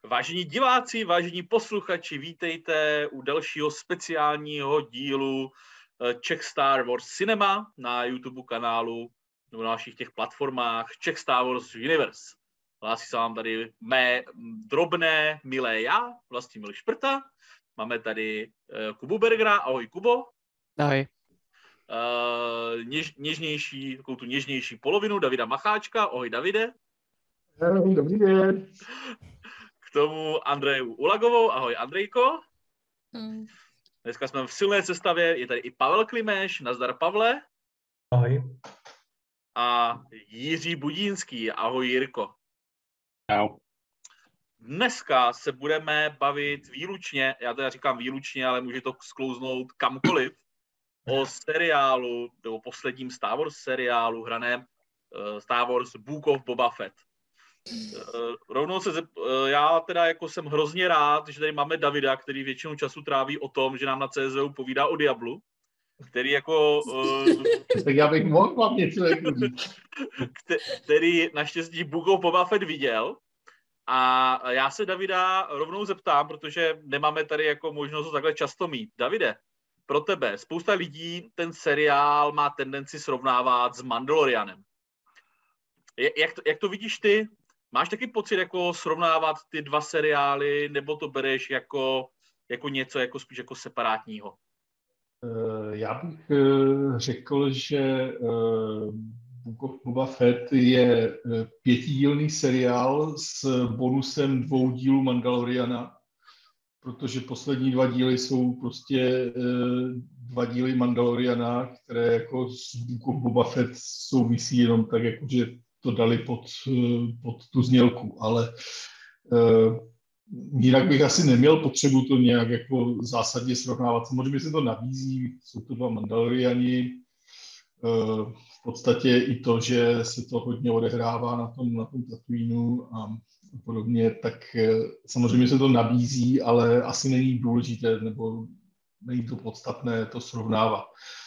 Vážení diváci, vážení posluchači, vítejte u dalšího speciálního dílu Czech Star Wars Cinema na YouTube kanálu nebo na našich těch platformách Czech Star Wars Universe. Hlásí se vám tady mé drobné, milé já, Vlastimil Šprta. Máme tady Kubu Bergera. Ahoj, Kubo. Ahoj. Něžnější, takovou tu něžnější polovinu Davida Macháčka. Ahoj, Davide. Dobrý den. K tomu Andreju Ulagovou. Ahoj, Andrejko. Dneska jsme v silné sestavě, je tady i Pavel Klimeš. Nazdar, Pavle. Ahoj. A Jiří Budínský. Ahoj, Jirko. Ahoj. Dneska se budeme bavit výlučně, já teda říkám výlučně, ale může to sklouznout kamkoliv, o seriálu, nebo posledním Star Wars seriálu hraném Star Wars Book of Boba Fett. Rovnou já teda jako jsem hrozně rád, že tady máme Davida, který většinu času tráví o tom, že nám na CSU povídá o Diablu, který jako... Tak já bych mohl vám něco říct. Který naštěstí Book of Boba Fett viděl. A já se Davida rovnou zeptám, protože nemáme tady jako možnost ho takhle často mít. Davide, pro tebe, spousta lidí ten seriál má tendenci srovnávat s Mandalorianem. Jak to vidíš ty? Máš taky pocit jako srovnávat ty dva seriály, nebo to bereš jako něco jako spíš jako separátního? Já bych řekl, že Book of Boba Fett je 5dílný seriál s bonusem 2 dílů Mandaloriana, protože poslední 2 díly jsou prostě 2 díly Mandaloriana, které jako s Book of Boba Fett souvisí jenom tak, jako že to dali pod tu znělku, ale jinak bych asi neměl potřebu to nějak jako zásadně srovnávat. Samozřejmě se to nabízí, jsou to 2 Mandaloriani, v podstatě i to, že se to hodně odehrává na tom Tatooinu a podobně, tak samozřejmě se to nabízí, ale asi není důležité, nebo není to podstatné to srovnávat.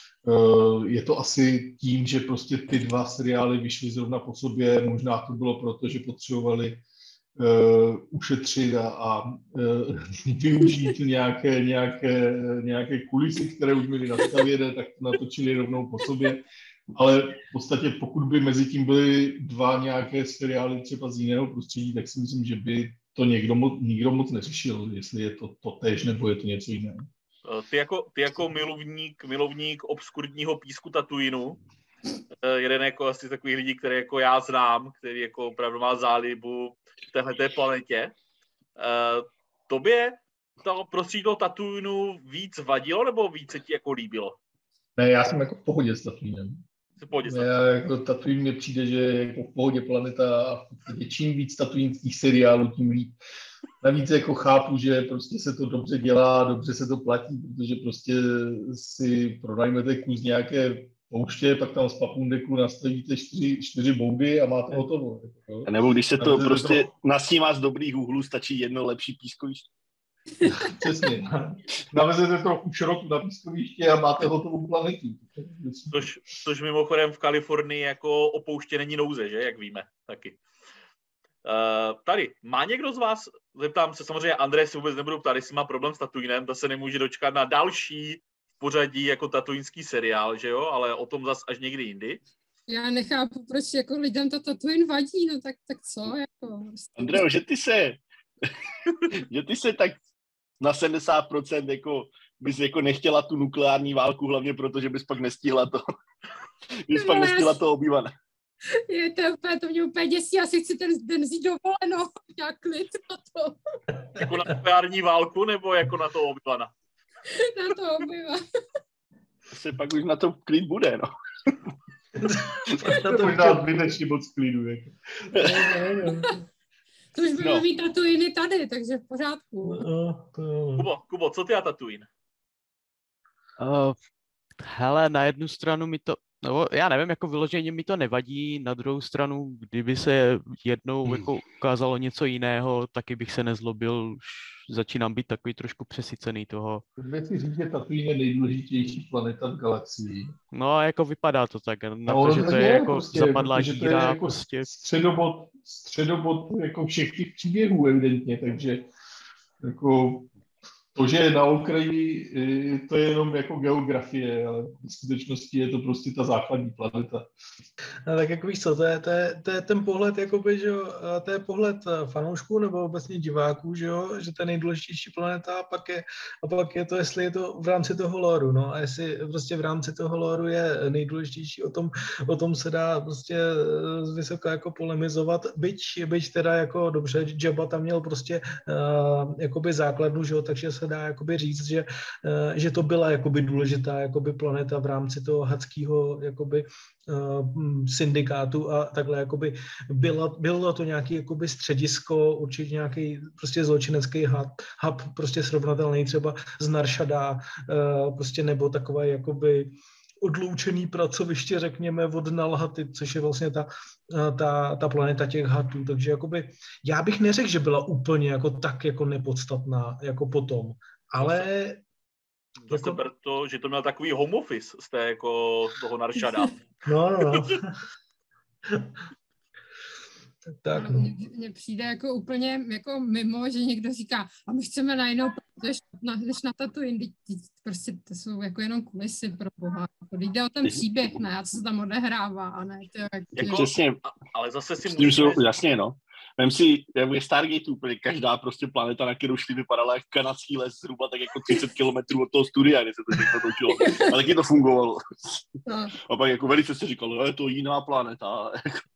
Je to asi tím, že prostě ty 2 seriály vyšly zrovna po sobě, možná to bylo proto, že potřebovali ušetřit a využít nějaké kulisy, které už byly nastavěné, tak to natočili rovnou po sobě. Ale v podstatě pokud by mezi tím byly 2 nějaké seriály třeba z jiného prostředí, tak si myslím, že by to nikdo moc neřešil, jestli je to totéž nebo je to něco jiného. Ty jako milovník obskurního písku Tatooinu, jeden jako asi takových lidí, které jako já znám, který jako opravdu má zálibu v téhleté planetě. Tobě to prostředí toho Tatooinu víc vadilo, nebo víc se ti jako líbilo? Ne, já jsem jako v pohodě s Tatooinem. Jako Tatooine mi přijde, že je jako v pohodě planeta a v podstatě čím víc tatooinských seriálů, tím líp. Navíc jako chápu, že prostě se to dobře dělá, dobře se to platí, protože prostě si pronajmete kus nějaké pouště, pak tam z papundeku nastavíte 4 boudy a máte hotovo. A nebo když se to prostě nasnímá z dobrých úhlů, stačí jedno lepší pískoviště. Přesně. Navezete trochu šrotu na pískoviště a máte hotovou planetu. Což mimochodem v Kalifornii jako o pouště není nouze, že? Jak víme taky. Tady, má někdo z vás, zeptám se, samozřejmě Andrej si vůbec nebudu ptát, jestli má problém s Tatooinem, ta se nemůže dočkat na další v pořadí jako tatooinský seriál, že jo, ale o tom zas až někdy jindy. Já nechápu, proč jako lidem to Tatooine vadí, no tak co, jako. Andrejo, že ty se tak na 70% jako bys jako nechtěla tu nukleární válku, hlavně proto, že bys pak nestihla to Obi-Wana. Je to mě úplně děsí, já si chci ten den vzít dovolenou, nějak klid na to. Jako na nukleární válku, nebo jako na to Obi-Wana? Na to Obi-Wana. Se pak už na to klid bude, no. To možná zbytečně moc klidu. Jako. To už budeme mít Tatooiny tady, takže v pořádku. Kubo, co ty a Tatooine? Hele, na jednu stranu mi to No, já nevím, jako vyloženě mi to nevadí, na druhou stranu, kdyby se jednou jako ukázalo něco jiného, taky bych se nezlobil, už začínám být takový trošku přesycený toho. Pojďme si říct, že Tatooine je nejdůležitější planeta v galaxii. No a jako vypadá to tak, na to, ono že to tak je jako prostě, zapadlá protože to je díra, jako prostě. středobod jako všech těch příběhů evidentně, takže jako to, že je na okraji, to je jenom jako geografie, ale v skutečnosti je to prostě ta základní planeta. No, tak jak víš co, to je ten pohled, jakoby, že jo, to je pohled fanoušků nebo obecně diváků, že jo, že to je nejdůležitější planeta a pak je to, jestli je to v rámci toho loru, no a jestli prostě v rámci toho loru je nejdůležitější, o tom se dá prostě vysoká jako polemizovat, byť teda jako dobře, Jabba tam měl prostě jakoby základnu, že jo, takže se dá jakoby říct, že to byla jakoby důležitá jakoby planeta v rámci toho hadského jakoby syndikátu a takhle jakoby bylo to nějaký jakoby středisko, určitě nějaký prostě zločinecký hub prostě srovnatelný třeba z Naršada, prostě nebo takové jakoby odloučený pracoviště, řekněme, od Nalhaty, což je vlastně ta planeta těch hatů. Takže jakoby, já bych neřekl, že byla úplně jako tak jako nepodstatná jako potom, ale Zase ber to, že to měl takový home office z té jako toho Naršada. No. Tak, no. Mně přijde jako úplně jako mimo, že někdo říká, a my chceme na jinou než na Tatooine, prostě to jsou jako jenom kulisy pro boha. Jde o ten příběh, ne, a co se tam odehrává, a ne to jako, přesně, ale zase si musíme... Jasně, no. Vem si, jak je Stargate úplně, každá prostě planeta, na kterou šli, vypadala jak kanadský les, zhruba tak jako 30 kilometrů od toho studia, kde se to všechno točilo. Ale taky to fungovalo. No. A pak jako velice se říkalo, je to jiná planeta.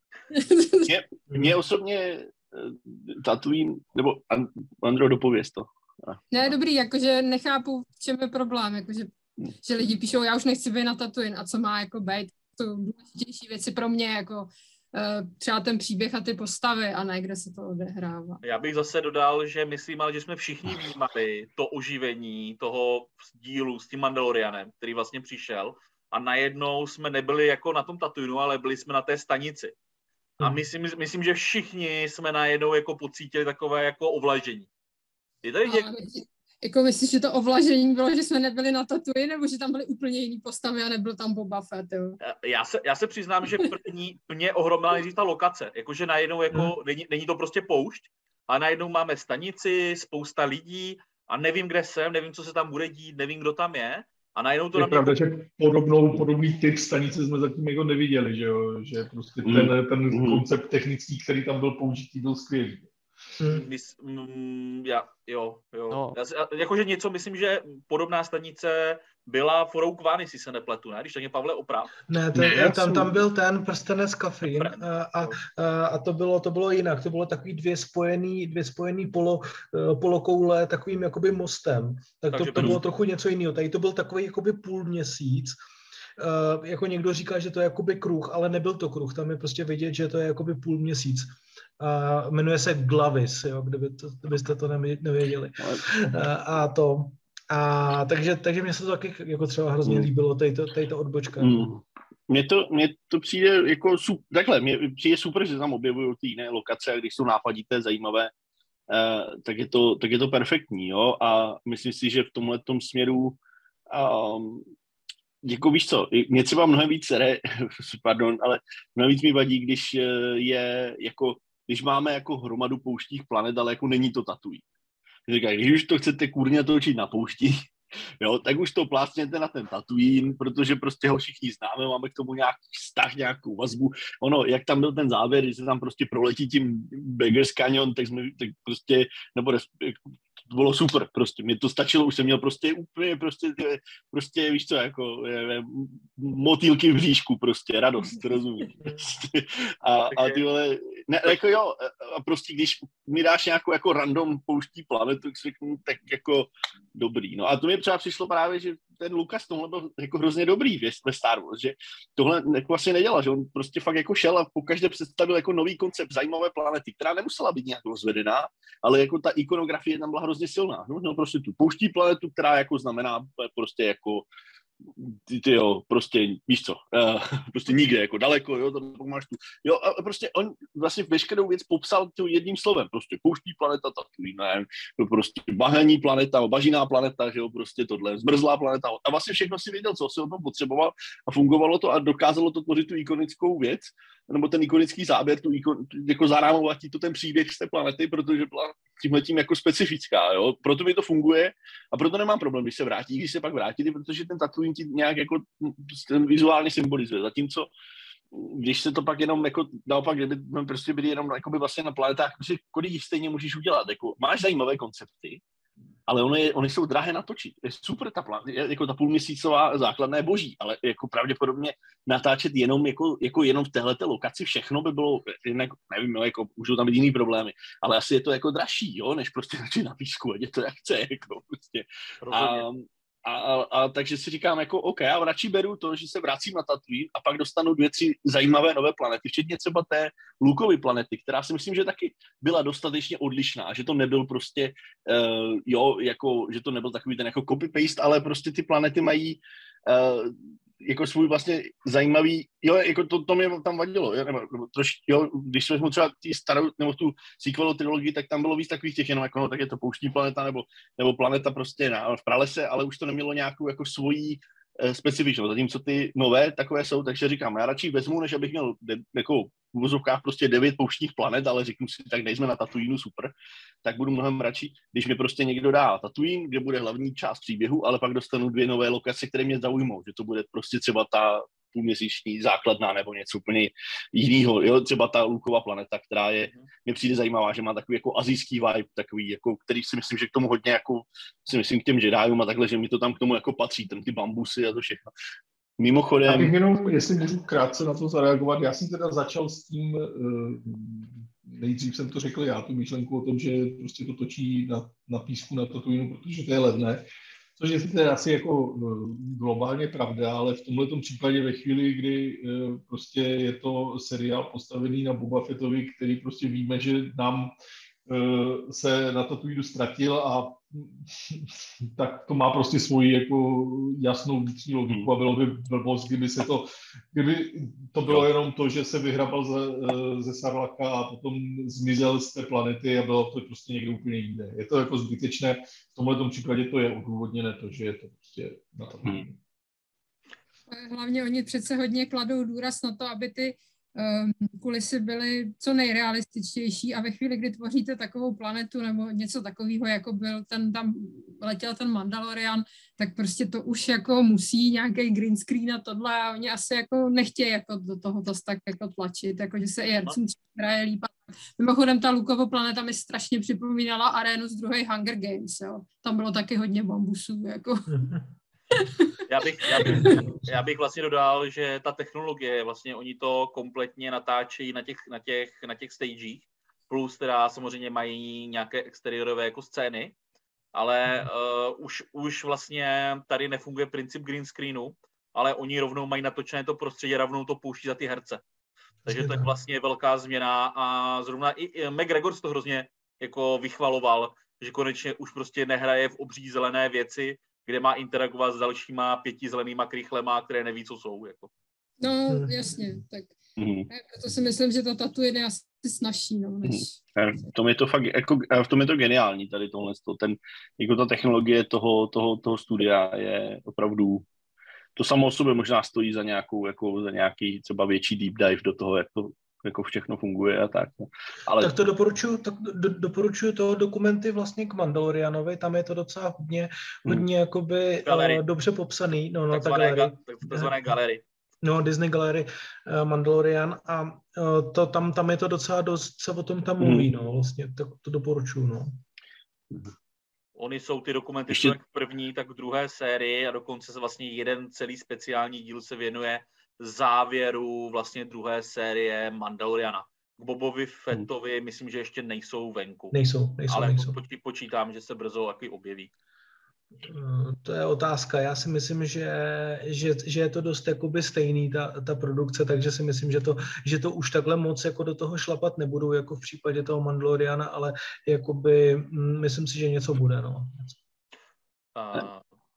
Mě osobně Tatooine, nebo Andro, dopověz to. Ne, dobrý, jakože nechápu, v čem je problém, jakože že lidi píšou, já už nechci být na Tatooine a co má jako být, to důležitější věci pro mě, jako třeba ten příběh a ty postavy a ne, kde se to odehrává. Já bych zase dodal, že myslím, ale že jsme všichni vnímali to oživení toho dílu s tím Mandalorianem, který vlastně přišel a najednou jsme nebyli jako na tom Tatooinu, ale byli jsme na té stanici. A myslím, že všichni jsme najednou jako pocítili takové jako ovlažení. Je tady Jako myslíš, že to ovlažení bylo, že jsme nebyli na Tatooine, nebo že tam byly úplně jiný postavy a nebyl tam Boba Fett, jo? Já se přiznám, že mě ohromila nejdřív ta lokace. Jakože najednou jako není to prostě poušť, a najednou máme stanici, spousta lidí a nevím, kde jsem, nevím, co se tam bude dít, nevím, kdo tam je. A najednou to je pravda, že podobný typ stanice jsme zatím jako neviděli, že jo? Že prostě ten koncept technický, který tam byl použitý, byl skvělý. Jo. No. Jakože něco, myslím, že podobná stanice byla v Rogue One, jestli se nepletu, ne? Když to mě, Pavle, oprav. Ne, tam byl ten prstenec kafín a to bylo jinak. To bylo takový dvě spojený polokoule takovým jakoby mostem. Tak to bylo trochu něco jiného. Tady to byl takový jakoby půlměsíc. Jako někdo říká, že to je jakoby kruh, ale nebyl to kruh. Tam je prostě vidět, že to je jakoby půlměsíc. Jmenuje se Glavis, jo, kdybyste to nevěděli. Takže mě se to taky jako třeba hrozně líbilo, tejto odbočka. Mně to přijde jako takhle, mně přijde super, že tam objevují ty jiné lokace, a když jsou nápadité, zajímavé, tak je to perfektní, jo, a myslím si, že v tomhletom směru jako víš co, mě třeba mnohem víc ale mnohem víc mi vadí, když máme jako hromadu pouštích planet, ale jako není to Tatooine. Když už to chcete kurně točit na poušti, jo, tak už to plácněte na ten Tatooine, protože prostě ho všichni známe, máme k tomu nějaký vztah, nějakou vazbu. Ono, jak tam byl ten závěr, když se tam prostě proletí tím Beggars Canyon, tak prostě, nebo to bylo super, prostě, mě to stačilo, už jsem měl prostě úplně, prostě víš co, jako motýlky v bříšku, prostě, radost, rozumíš. A ty vole, ne, jako jo, a prostě když mi dáš nějakou jako random pouští planetu, tak si řeknu, tak jako dobrý, no a to mi třeba přišlo právě, že ten Lucas tohle byl jako hrozně dobrý ve Star Wars, že tohle jako vlastně nedělal, že on prostě fakt jako šel a pokaždé představil jako nový koncept zajímavé planety, která nemusela být nějak rozvedená, ale jako ta ikonografie tam byla hrozně silná. No prostě tu pouští planetu, která jako znamená prostě jako ty jo, prostě, víš co, prostě nikde, jako daleko, jo, to máš tu, jo, a prostě on vlastně veškerou věc popsal tím jedním slovem, prostě pouštní planeta, takový, ne, prostě bahenní planeta, bažiná planeta, že jo, prostě tohle, zmrzlá planeta, a vlastně všechno si věděl, co se o tom potřeboval a fungovalo to a dokázalo to tvořit tu ikonickou věc, nebo ten ikonický záběr, jako zarámovat to ten příběh z té planety, protože byla tímhletím jako specifická, jo, proto mi to funguje a proto nemám problém, když se pak vrátí, protože ten Tatooine ti nějak jako ten vizuálně symbolizuje, zatímco když se to pak jenom jako naopak, kdyby prostě byli jenom jakoby vlastně na planetách, prostě kolik jich stejně můžeš udělat, jako máš zajímavé koncepty, ale ony jsou drahé natočit. Je super jako ta půlměsícová základna je boží, ale jako pravděpodobně natáčet jenom jako jenom v téhleté lokaci všechno by bylo, nevím, jako můžou tam být jiný problémy, ale asi je to jako dražší, jo, než prostě začít na písku, ať je to jak chce, jako prostě. A takže si říkám, jako OK, a radši beru to, že se vracím na Tatooine a pak dostanu 2-3 zajímavé nové planety, včetně třeba té Lukeovy planety, která si myslím, že taky byla dostatečně odlišná, že to nebyl prostě, jako, že to nebyl takový ten jako copy-paste, ale prostě ty planety mají jako svůj vlastně zajímavý, jo, jako to mě tam vadilo, jo, nebo jo, když jsme třeba starou, nebo tu sequelu trilogii, tak tam bylo víc takových těch jenom jako, no, tak je to pouštní planeta, nebo planeta prostě v pralese, ale už to nemělo nějakou jako svoji specifičnost, zatímco ty nové takové jsou, takže říkám, já radši vezmu, než abych měl jako v uvozovkách prostě 9 pouštních planet, ale řeknu si, tak nejsme na Tatooinu, super, tak budu mnohem radši, když mi prostě někdo dá Tatooine, kde bude hlavní část příběhu, ale pak dostanu 2 nové lokace, které mě zaujmou, že to bude prostě třeba ta půlměsíční základna nebo něco úplně jiného, jo, třeba ta Lukeova planeta, která mi přijde zajímavá, že má takový jako asijský vibe, takový, jako, který si myslím, že k tomu hodně jako, si myslím k těm Jediům a takhle, že mi to tam k tomu jako patří, ty bambusy a to všechno. Mimochodem... Já bych jenom, jestli můžu krátce na to zareagovat, já jsem teda začal s tím, nejdřív jsem to řekl já, tu myšlenku o tom, že prostě to točí na písku, na Tatooinu, protože to je levné. Což je sice asi jako globálně pravda, ale v tomhletom případě ve chvíli, kdy prostě je to seriál postavený na Boba Fettovi, který prostě víme, že nám se na Tatooinu ztratil a tak to má prostě svoji jako jasnou vnitřní logiku a bylo by blbost, kdyby to bylo jenom to, že se vyhrabal ze Sarlaka a potom zmizel z té planety a bylo to prostě někde úplně jinde. Je to jako zbytečné, v tomhletom případě to je odůvodněné to, že je to prostě na Tatooinu. Hlavně oni přece hodně kladou důraz na to, aby ty kulisy byly co nejrealističtější a ve chvíli, kdy tvoříte takovou planetu nebo něco takového, jako byl tam letěl ten Mandalorian, tak prostě to už jako musí nějaký green screen a tohle a oni asi jako nechtějí jako do toho to tak jako tlačit, jako že se i hercům hraje líp. Mimochodem ta Lukeova planeta mi strašně připomínala arénu z druhé Hunger Games, jo. Tam bylo taky hodně bambusů, jako. Já bych vlastně dodal, že ta technologie, vlastně oni to kompletně natáčejí na těch stagech, plus teda samozřejmě mají nějaké exteriérové jako scény, ale už vlastně tady nefunguje princip green screenu, ale oni rovnou mají natočené to prostředí, rovnou to pouští za ty herce. Takže to je vlastně velká změna a zrovna i McGregor to hrozně jako vychvaloval, že konečně už prostě nehraje v obří zelené věci, kde má interagovat s dalšíma 5 zelenýma krychlema, které neví, co jsou. Jako. No, jasně, tak. Proto si myslím, že ta Tatooine je asi snazší, no, než... V tom je to fakt, jako, v tom je to geniální, tady tohle, jako ta technologie toho studia je opravdu, to samo o sobě možná stojí za nějaký třeba větší deep dive do toho, jak to jako všechno funguje a tak. Ale... Tak to doporučuju to dokumenty vlastně k Mandalorianovi, tam je to docela hodně jakoby dobře popsaný. No, takzvané galerie. No, Disney Gallery, Mandalorian a tam je to docela dost, se o tom tam mluví, no, vlastně, tak to doporučuju, no. Oni jsou ty dokumenty jak v první, tak v druhé sérii a dokonce se vlastně jeden celý speciální díl se věnuje závěru vlastně druhé série Mandaloriana. K Bobovi Fettovi myslím, že ještě nejsou venku. Nejsou. Ale počítám, že se brzo taky objeví. To je otázka. Já si myslím, že je to dost jakoby stejný, ta produkce, takže si myslím, že to už takhle moc jako do toho šlapat nebudou, jako v případě toho Mandaloriana, ale jakoby myslím si, že něco bude, no.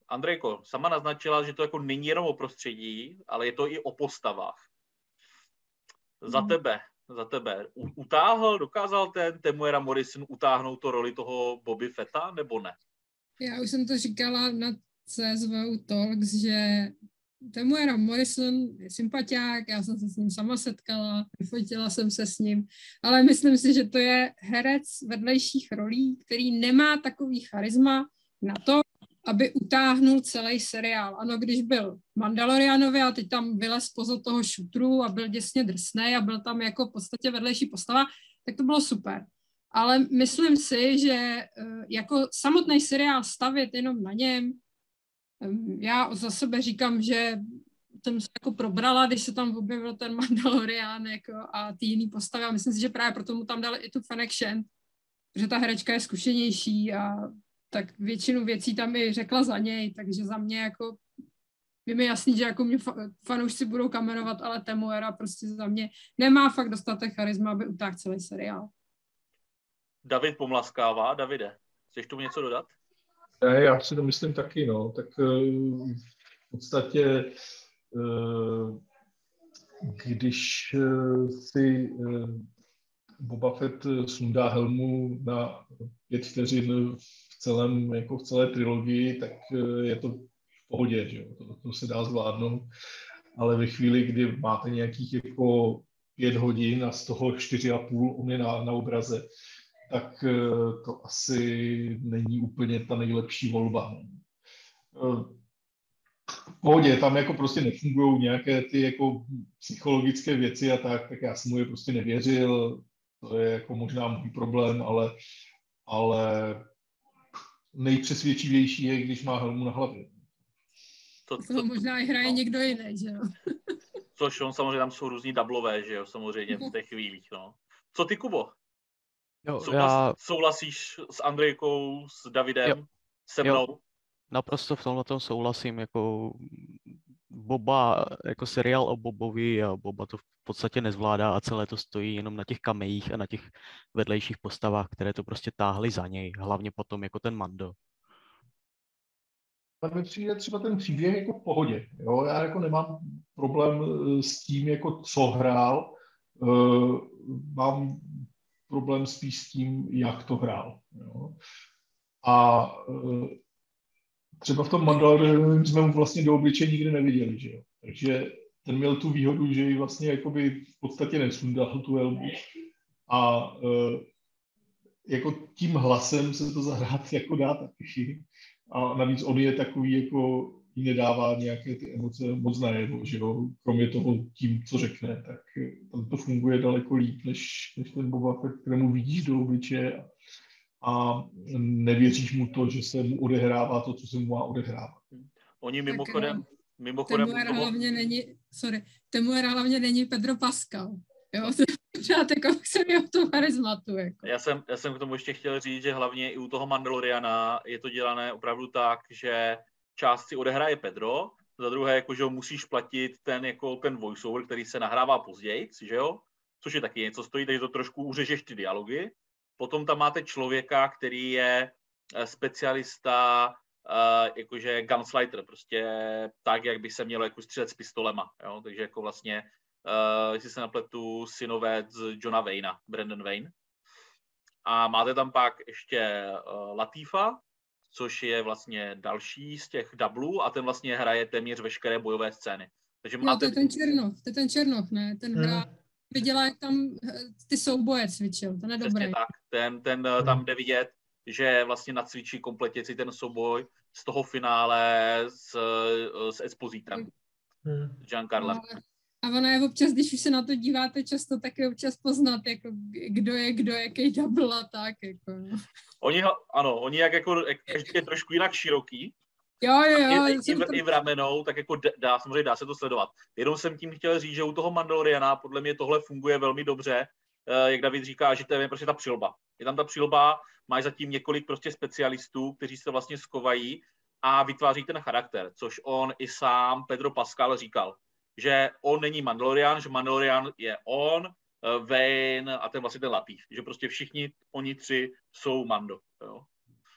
Andrejko, sama naznačila, že to jako není jenom o prostředí, ale je to i o postavách. Za tebe. Dokázal ten Temuera Morrison utáhnout to roli toho Boby Fetta, nebo ne? Já už jsem to říkala na CSVU Talks, že Temuera Morrison je sympatiák, já jsem se s ním sama setkala, vyfotila jsem se s ním, ale myslím si, že to je herec vedlejších rolí, který nemá takový charisma na to, aby utáhnul celý seriál. Ano, když byl Mandalorianovi a teď tam vylez poza toho šutru a byl děsně drsnej a byl tam jako v podstatě vedlejší postava, tak to bylo super. Ale myslím si, že jako samotný seriál stavět jenom na něm, já za sebe říkám, že jsem se jako probrala, když se tam objevil ten Mandalorian jako a ty jiný postavy a myslím si, že právě proto mu tam dali i tu Fennec Shand, že ta herečka je zkušenější a tak většinu věcí tam i řekla za něj, takže za mě jako je mi jasný, že jako mě fanoušci budou kamerovat, ale Temuera prostě za mě nemá fakt dostatek charisma, aby utáhl celý seriál. David pomlaskává. Davide, chceš tomu něco dodat? Ne, já si to myslím taky, no. Tak v podstatě, když si Boba Fett sundá helmu na 5 vteřin v celé trilogii, tak je to v pohodě, že jo? To se dá zvládnout. Ale ve chvíli, kdy máte nějakých jako 5 hodin a z toho 4,5 on je na obraze, tak to asi není úplně ta nejlepší volba. V pohodě, tam jako prostě nefungují nějaké ty jako psychologické věci a tak já jsem mu je prostě nevěřil, to je jako možná můj problém, ale nejpřesvědčivější je, když má helmu na hlavě. To možná i hraje někdo jiný, že jo? Což on samozřejmě, tam jsou různý dublové, že jo, samozřejmě v těch chvílích, no. Co ty, Kubo? Jo, Souhlasíš s Andrejkou, s Davidem, se mnou? Jo, naprosto v tomhle souhlasím, jako Boba, jako seriál o Bobovi a Boba to v podstatě nezvládá a celé to stojí jenom na těch kamejích a na těch vedlejších postavách, které to prostě táhly za něj, hlavně potom jako ten Mando. Tak mi přijde třeba ten příběh jako v pohodě. Jo? Já jako nemám problém s tím, jako co hrál. Mám problém spíš s tím, jak to hrál. Jo? A třeba v tom Mandalorianu jsme mu vlastně do obličeje nikdy neviděli, že jo? Takže ten měl tu výhodu, že ji vlastně jakoby v podstatě nesundal tu helmu. A jako tím hlasem se to zahrát jako dá taky. A navíc on je takový, jako jí nedává nějaké ty emoce moc najevo, že jo, kromě toho tím, co řekne, tak tam to funguje daleko líp, než ten Boba Fett, kterému vidíš do obličeje a nevěříš mu to, že se mu odehrává to, co se mu má odehrávat. Oni mimochodem Temuera hlavně není Pedro Pascal. Jo, pořád jako se mi o tom charizmatu. Jako. Já jsem k tomu ještě chtěl říct, že hlavně i u toho Mandaloriana je to dělané opravdu tak, že část si odehraje Pedro, za druhé, jako, že ho musíš platit ten voiceover, který se nahrává později, že jo? Což je taky něco stojí, takže to trošku uřežeš ty dialogy. Potom tam máte člověka, který je specialista, jakože gunslighter, prostě tak, jak by se mělo jako střílet s pistolema, jo? Takže jako vlastně jestli se napletu, synovec Johna Wayna, Brandon Wayne. A máte tam pak ještě Latifa, což je vlastně další z těch dublů a ten vlastně hraje téměř veškeré bojové scény. Takže máte... to je ten Černoch, ne? Ten hra viděla, jak tam ty souboje cvičil, ten je dobrý. Tak, ten tam jde vidět, že vlastně nacvičí kompletně si ten souboj z toho finále s Expositem. Giancarla. A ono je občas, když už se na to díváte často, tak je občas poznat, jako kdo je, jaký double a tak. Jako, no. Oni jak jako každý je trošku jinak široký. Jo. I v ramenou, tak jako samozřejmě dá se to sledovat. Jenom jsem tím chtěl říct, že u toho Mandaloriana podle mě tohle funguje velmi dobře, jak David říká, že to je prostě ta přilba. Je tam ta přilba, máš zatím několik prostě specialistů, kteří se vlastně skovají a vytváří ten charakter, což on i sám Pedro Pascal říkal, že on není Mandalorian, že Mandalorian je on, Wayne a ten vlastně ten Latif, že prostě všichni oni tři jsou Mando. Jo.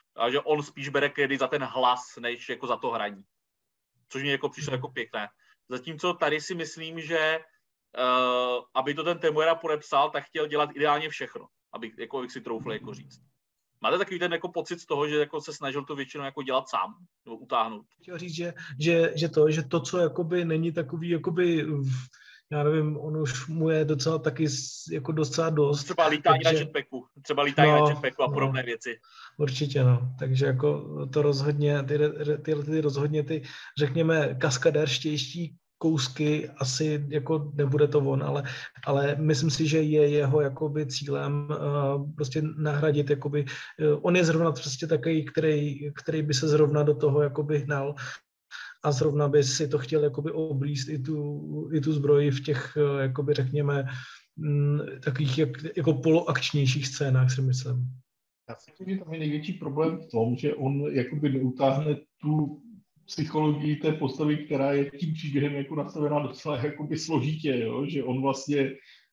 A že on spíš bere kredit za ten hlas, než jako za to hraní. Což mi jako přišlo jako pěkné. Zatímco tady si myslím, že aby to ten Temuera podepsal, tak chtěl dělat ideálně všechno, abych si troufl jako říct. Máte takový ten jako pocit z toho, že jako se snažil to většinou jako dělat sám, nebo utáhnout? Chtěl říct, že to, co jakoby není takový, jakoby, já nevím, on už mu je docela taky jako docela dost. Třeba lítání na jetpacku, na jetpacku a podobné věci. Určitě, no. Takže jako to rozhodně, ty rozhodně ty, řekněme, kaskadérštější kousky asi jako nebude to on, ale myslím si, že je jeho jakoby cílem prostě nahradit jakoby, on je zrovna prostě takový, který by se zrovna do toho jakoby hnal a zrovna by si to chtěl jakoby oblízt i tu zbroj v těch, jakoby řekněme, takových jako poloakčnějších scénách, si myslím. Já si myslím, že tam je největší problém v tom, že on jakoby neutáhne tu psychologii té postavy, která je tím příběhem jako nastavená docela jakoby složitě, jo? Že on vlastně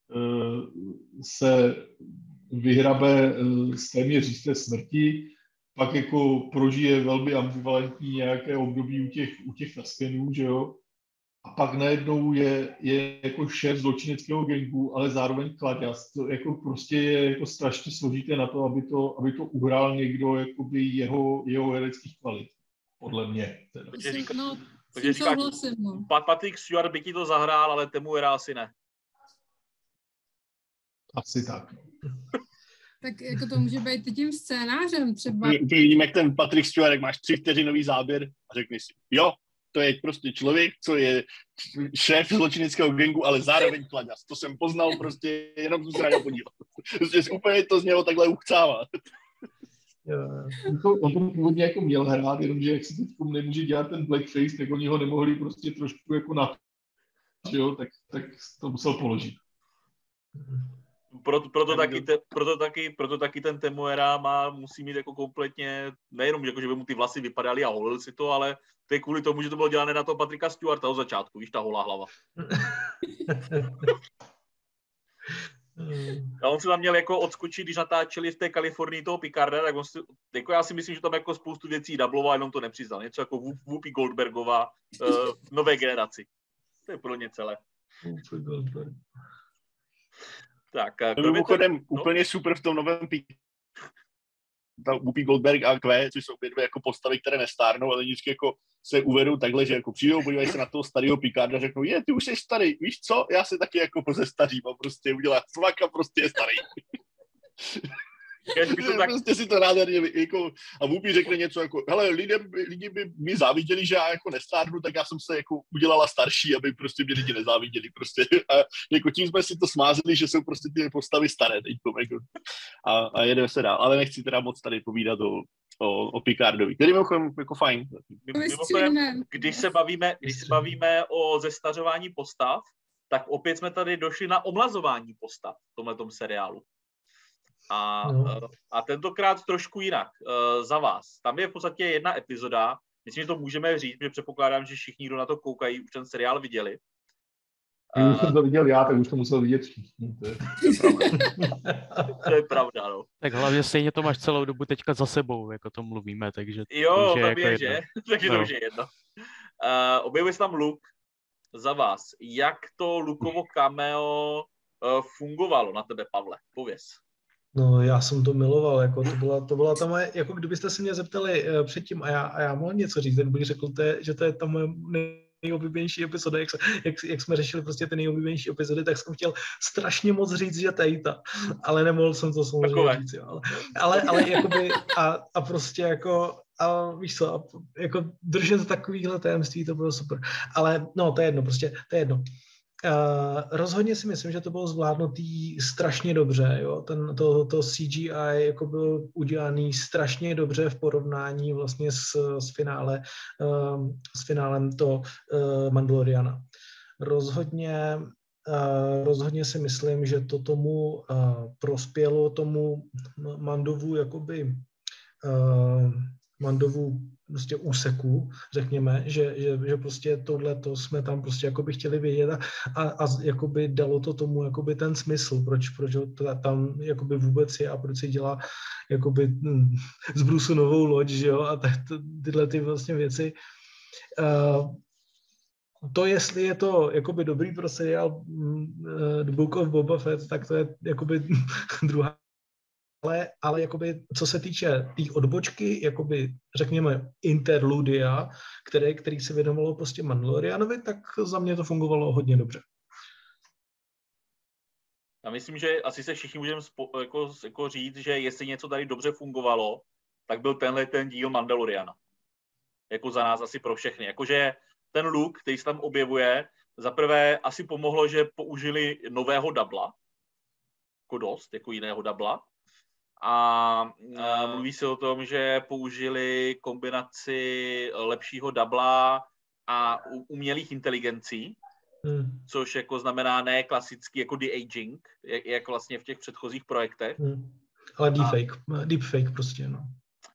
se vyhrabe z téměř jisté smrti, pak jako prožije velmi ambivalentní nějaké období u těch Tuskenů, že jo? A pak najednou je jako šéf zločineckého gangu, ale zároveň kladěz. To jako prostě je jako strašně složité na to, aby to uhrál někdo jakoby jeho hereckých kvalit. Podle mě. Teda. Takže říká, Patrick Stewart by ti to zahrál, ale Temuera asi ne. Asi tak. Tak jako to může být tím scénářem třeba. Úplně vidím, jak ten Patrick Stewart, jak máš 3 vteřinový záběr a řekni si, jo, to je prostě člověk, co je šéf zločineckého gangu, ale zároveň kladěz. To jsem poznal prostě, jenom jsem se na něj podíval. Úplně to z něho takhle uchcává. On to původně jako měl hrát, jenomže jak si teď nemůže dělat ten blackface, tak oni ho nemohli prostě trošku jako tak to musel položit. Proto taky ten Temuera musí mít jako kompletně, nejenom jako, že by mu ty vlasy vypadaly a holil si to, ale to je kvůli tomu, že to bylo dělané na toho Patricka Stewarta od začátku, víš, ta holá hlava. A on se tam měl jako odskočit, když natáčeli v té Kalifornii toho Picarda, tak on si, jako já si myslím, že tam jako spoustu věcí dubloval, jenom to nepřiznal. Něco jako Whoopi Goldbergová v nové generaci. To je pro ně celé. Tak, mimochodem úplně super v tom novém Whoopi Goldberg a Q, což jsou obě dvě jako postavy, které nestárnou, ale vždycky jako se uvedou takhle, že jako přijdou, podívají se na toho starého Picarda a řeknou, ty už jsi starý, víš co, já se taky jako pozestařím a prostě udělá svaka, prostě je starý. Prostě si to nádherně jako, a Whoopi řekne něco jako, hele, lidi by mi záviděli, že já jako nestárnu, tak já jsem se jako udělala starší, aby prostě mě lidi nezáviděli prostě. A jako tím jsme si to smázeli, že jsou prostě ty postavy staré teďkom, jako. A jedeme se dál, ale nechci teda moc tady povídat o Picardovi, který mimochodem jako fajn. Mimochodem, když se bavíme o zestařování postav, tak opět jsme tady došli na omlazování postav v tomhletom seriálu. A tentokrát trošku jinak za vás. Tam je v podstatě jedna epizoda, myslím, že to můžeme říct, protože předpokládám, že všichni, kdo na to koukají, už ten seriál viděli. Když jsem to viděl já, tak už to musel vidět všichni. To je pravda, no. Tak hlavně stejně to máš celou dobu teďka za sebou, jako to mluvíme, takže jo, to jako je že? Takže to už je jedno. Objevuje se tam Luke za vás. Jak to Lukovo cameo fungovalo na tebe, Pavle? Pověz. No, já jsem to miloval, jako to byla ta moje, jako kdybyste se mě zeptali předtím a já mohl něco říct, tak bych řekl, že to je ta moje nejoblíbenější epizoda, jak jsme řešili prostě ty nejoblíbenější epizody, tak jsem chtěl strašně moc říct, že Tejta, ale nemohl jsem to samozřejmě říct, jo. Ale jakoby a prostě jako a víš co, jako držet takovýhle tajemství, to bylo super, ale no, to je jedno. Rozhodně si myslím, že to bylo zvládnutý strašně dobře. Jo? To CGI jako byl udělaný strašně dobře v porovnání vlastně s finálem to Mandaloriana. Rozhodně si myslím, že to tomu prospělo tomu Mandovu jakoby Mandovu prostě úseku, řekněme, že prostě tohleto jsme tam prostě jakoby chtěli vědět a jakoby dalo to tomu jakoby ten smysl, proč ho tam jakoby vůbec je a proč si dělá jakoby z Brusu novou loď, že jo, a tyhle ty vlastně věci. To, jestli je to jakoby dobrý pro seriál The Book of Boba Fett, tak to je jakoby druhá. Ale jakoby, co se týče té odbočky, jakoby, řekněme, interludia, který se věnovalo prostě Mandalorianovi, tak za mě to fungovalo hodně dobře. Já myslím, že asi se všichni můžeme jako říct, že jestli něco tady dobře fungovalo, tak byl ten díl Mandaloriana. Jako za nás asi pro všechny. Jakože ten look, který se tam objevuje, zaprvé asi pomohlo, že použili nového dubla, jako dost, jako jiného dubla. A mluví se o tom, že použili kombinaci lepšího dubla a umělých inteligencí, což jako znamená ne klasický jako de-aging, jak vlastně v těch předchozích projektech. Ale deepfake prostě, no.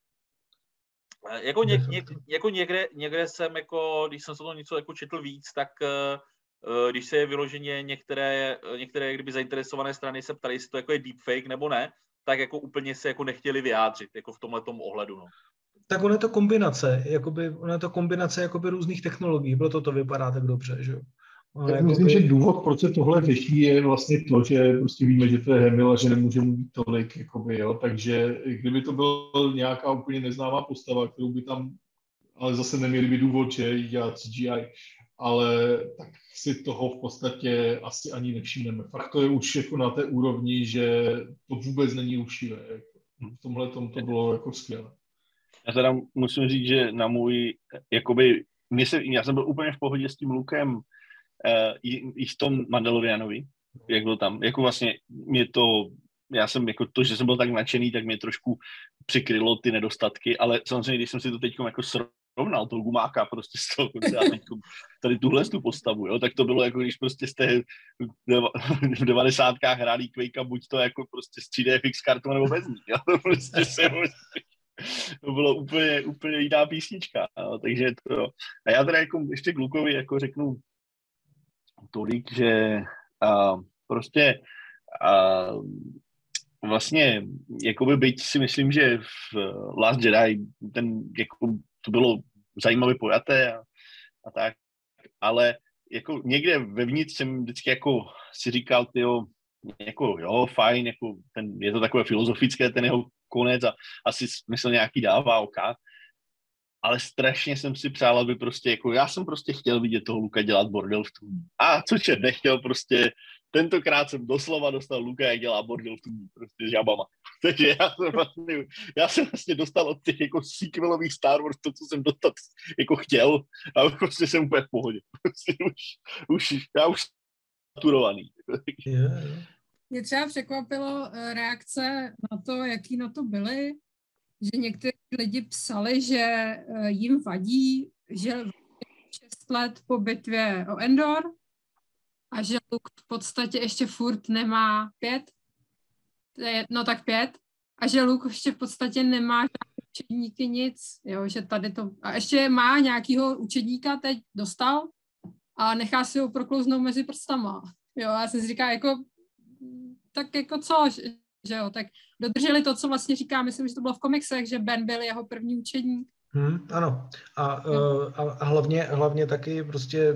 Jako někde jsem, jako, když jsem se to něco jako četl víc, tak když se vyloženě některé kdyby zainteresované strany se ptali, jestli to jako je deepfake nebo ne, tak jako úplně se jako nechtěli vyjádřit jako v tomhletom ohledu. No. Tak ono je to kombinace jakoby různých technologií, proto to vypadá tak dobře, že jo. Já myslím, že důvod, proč se tohle řeší, je vlastně to, že prostě víme, že to je Hamill a že nemůže mluvit tolik, jakoby, jo. Takže kdyby to byla nějaká úplně neznámá postava, kterou by tam, ale zase neměli by důvod, že jí dělat CGI, ale tak si toho v podstatě asi ani nevšimneme. Fakt to je už jako na té úrovni, že to vůbec není rušivé. V tomhle tom to bylo jako skvělé. Já teda musím říct, že na můj, jakoby, já jsem byl úplně v pohodě s tím lookem i v tom Mandalorianovi, jak byl tam. Jako vlastně já jsem jako to, že jsem byl tak nadšený, tak mě trošku přikrylo ty nedostatky, ale samozřejmě, když jsem si to teď jako srovnal toho gumáka prostě z toho konce a teď tady tuhle tu postavu, jo, tak to bylo jako když prostě jste v 90. hráli Quakea, buď to jako prostě s 3DFX kartou nebo bez ní, jo, prostě to bylo úplně jiná písnička, no, takže to, a já teda jako ještě k Lukovi jako řeknu tolik, že prostě vlastně jakoby byť si myslím, že v Last Jedi jako to bylo zajímavě pojaté a tak, ale jako někde vevnitř jsem vždycky jako si říkal, jako jo, fajn, jako je to takové filozofické, ten jeho konec a asi smysl nějaký dává oka, ale strašně jsem si přál, aby prostě, jako já jsem prostě chtěl vidět toho Luka dělat bordel v tůni. A což je nechtěl prostě, tentokrát jsem doslova dostal Luka, jak dělá bordel v tůni, prostě s žabama. Takže já jsem vlastně dostal od těch jako sequelových Star Wars to, co jsem dostat jako chtěl a prostě jsem úplně v pohodě. Prostě já už saturovaný. Mě třeba překvapilo reakce na to, jaký na to byly, že někteří lidi psali, že jim vadí, že 6 let po bitvě o Endor a že Luke v podstatě ještě furt nemá 5, no tak 5, a že Luke ještě v podstatě nemá žádný učedníky nic, jo, že tady to, a ještě má nějakýho učedníka teď dostal a nechá si ho proklouznout mezi prstama, jo, já jsem si říká, jako, tak jako co, že jo, tak dodrželi to, co vlastně říká, myslím, že to bylo v komiksech, že Ben byl jeho první učedník. Ano. A hlavně taky prostě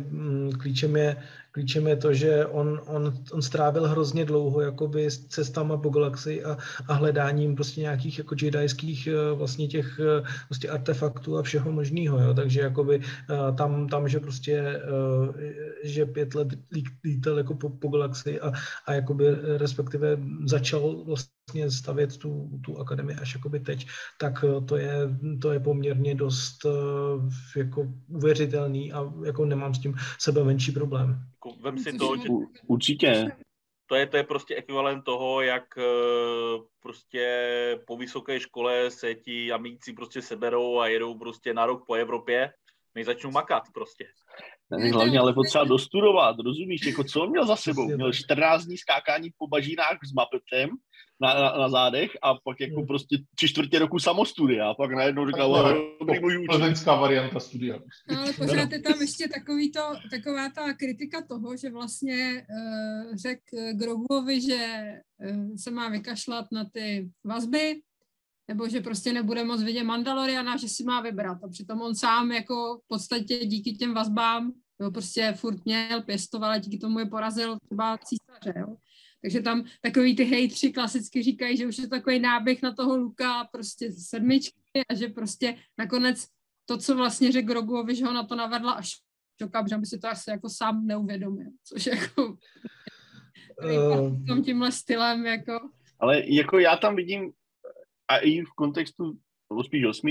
klíčem je to, že on strávil hrozně dlouho jakoby s cestama po galaxii a hledáním prostě nějakých jako jedajských vlastně těch prostě artefaktů a všeho možného, jo. Takže jakoby tam že prostě že 5 let lítal jako po galaxii a jakoby respektive začal vlastně stavět tu akademii až jakoby teď, tak to je poměrně dost jako uvěřitelný a jako nemám s tím sebe menší problém. Vem si to, že určitě. To je prostě ekvivalent toho, jak prostě po vysoké škole se ti amíci prostě seberou a jedou prostě na rok po Evropě než začnu makat prostě. Ne, hlavně ale potřeba dostudovat, rozumíš, jako co on měl za sebou? Měl 14 dní skákání po bažinách s mapetem na zádech a pak jako prostě 3/4 roku samostudia a pak najednou říkal, dobrý můj učit. Plzeňská varianta studia. No, ale pořád je tam ještě taková ta kritika toho, že vlastně řekl Groguovi, že se má vykašlat na ty vazby, nebo že prostě nebude moc vidět Mandaloriana, že si má vybrat. A přitom on sám jako v podstatě díky těm vazbám jo, prostě furt měl, pěstoval a díky tomu je porazil třeba císaře. Jo. Takže tam takový ty hejtři klasicky říkají, že už je takový náběh na toho Luka prostě z 7 a že prostě nakonec to, co vlastně řekl Groguovi, že ho na to navedla až šoka, protože by si to asi jako sám neuvědomil, což jako tímhle stylem jako... Ale jako já tam vidím a i v kontextu spíš 8,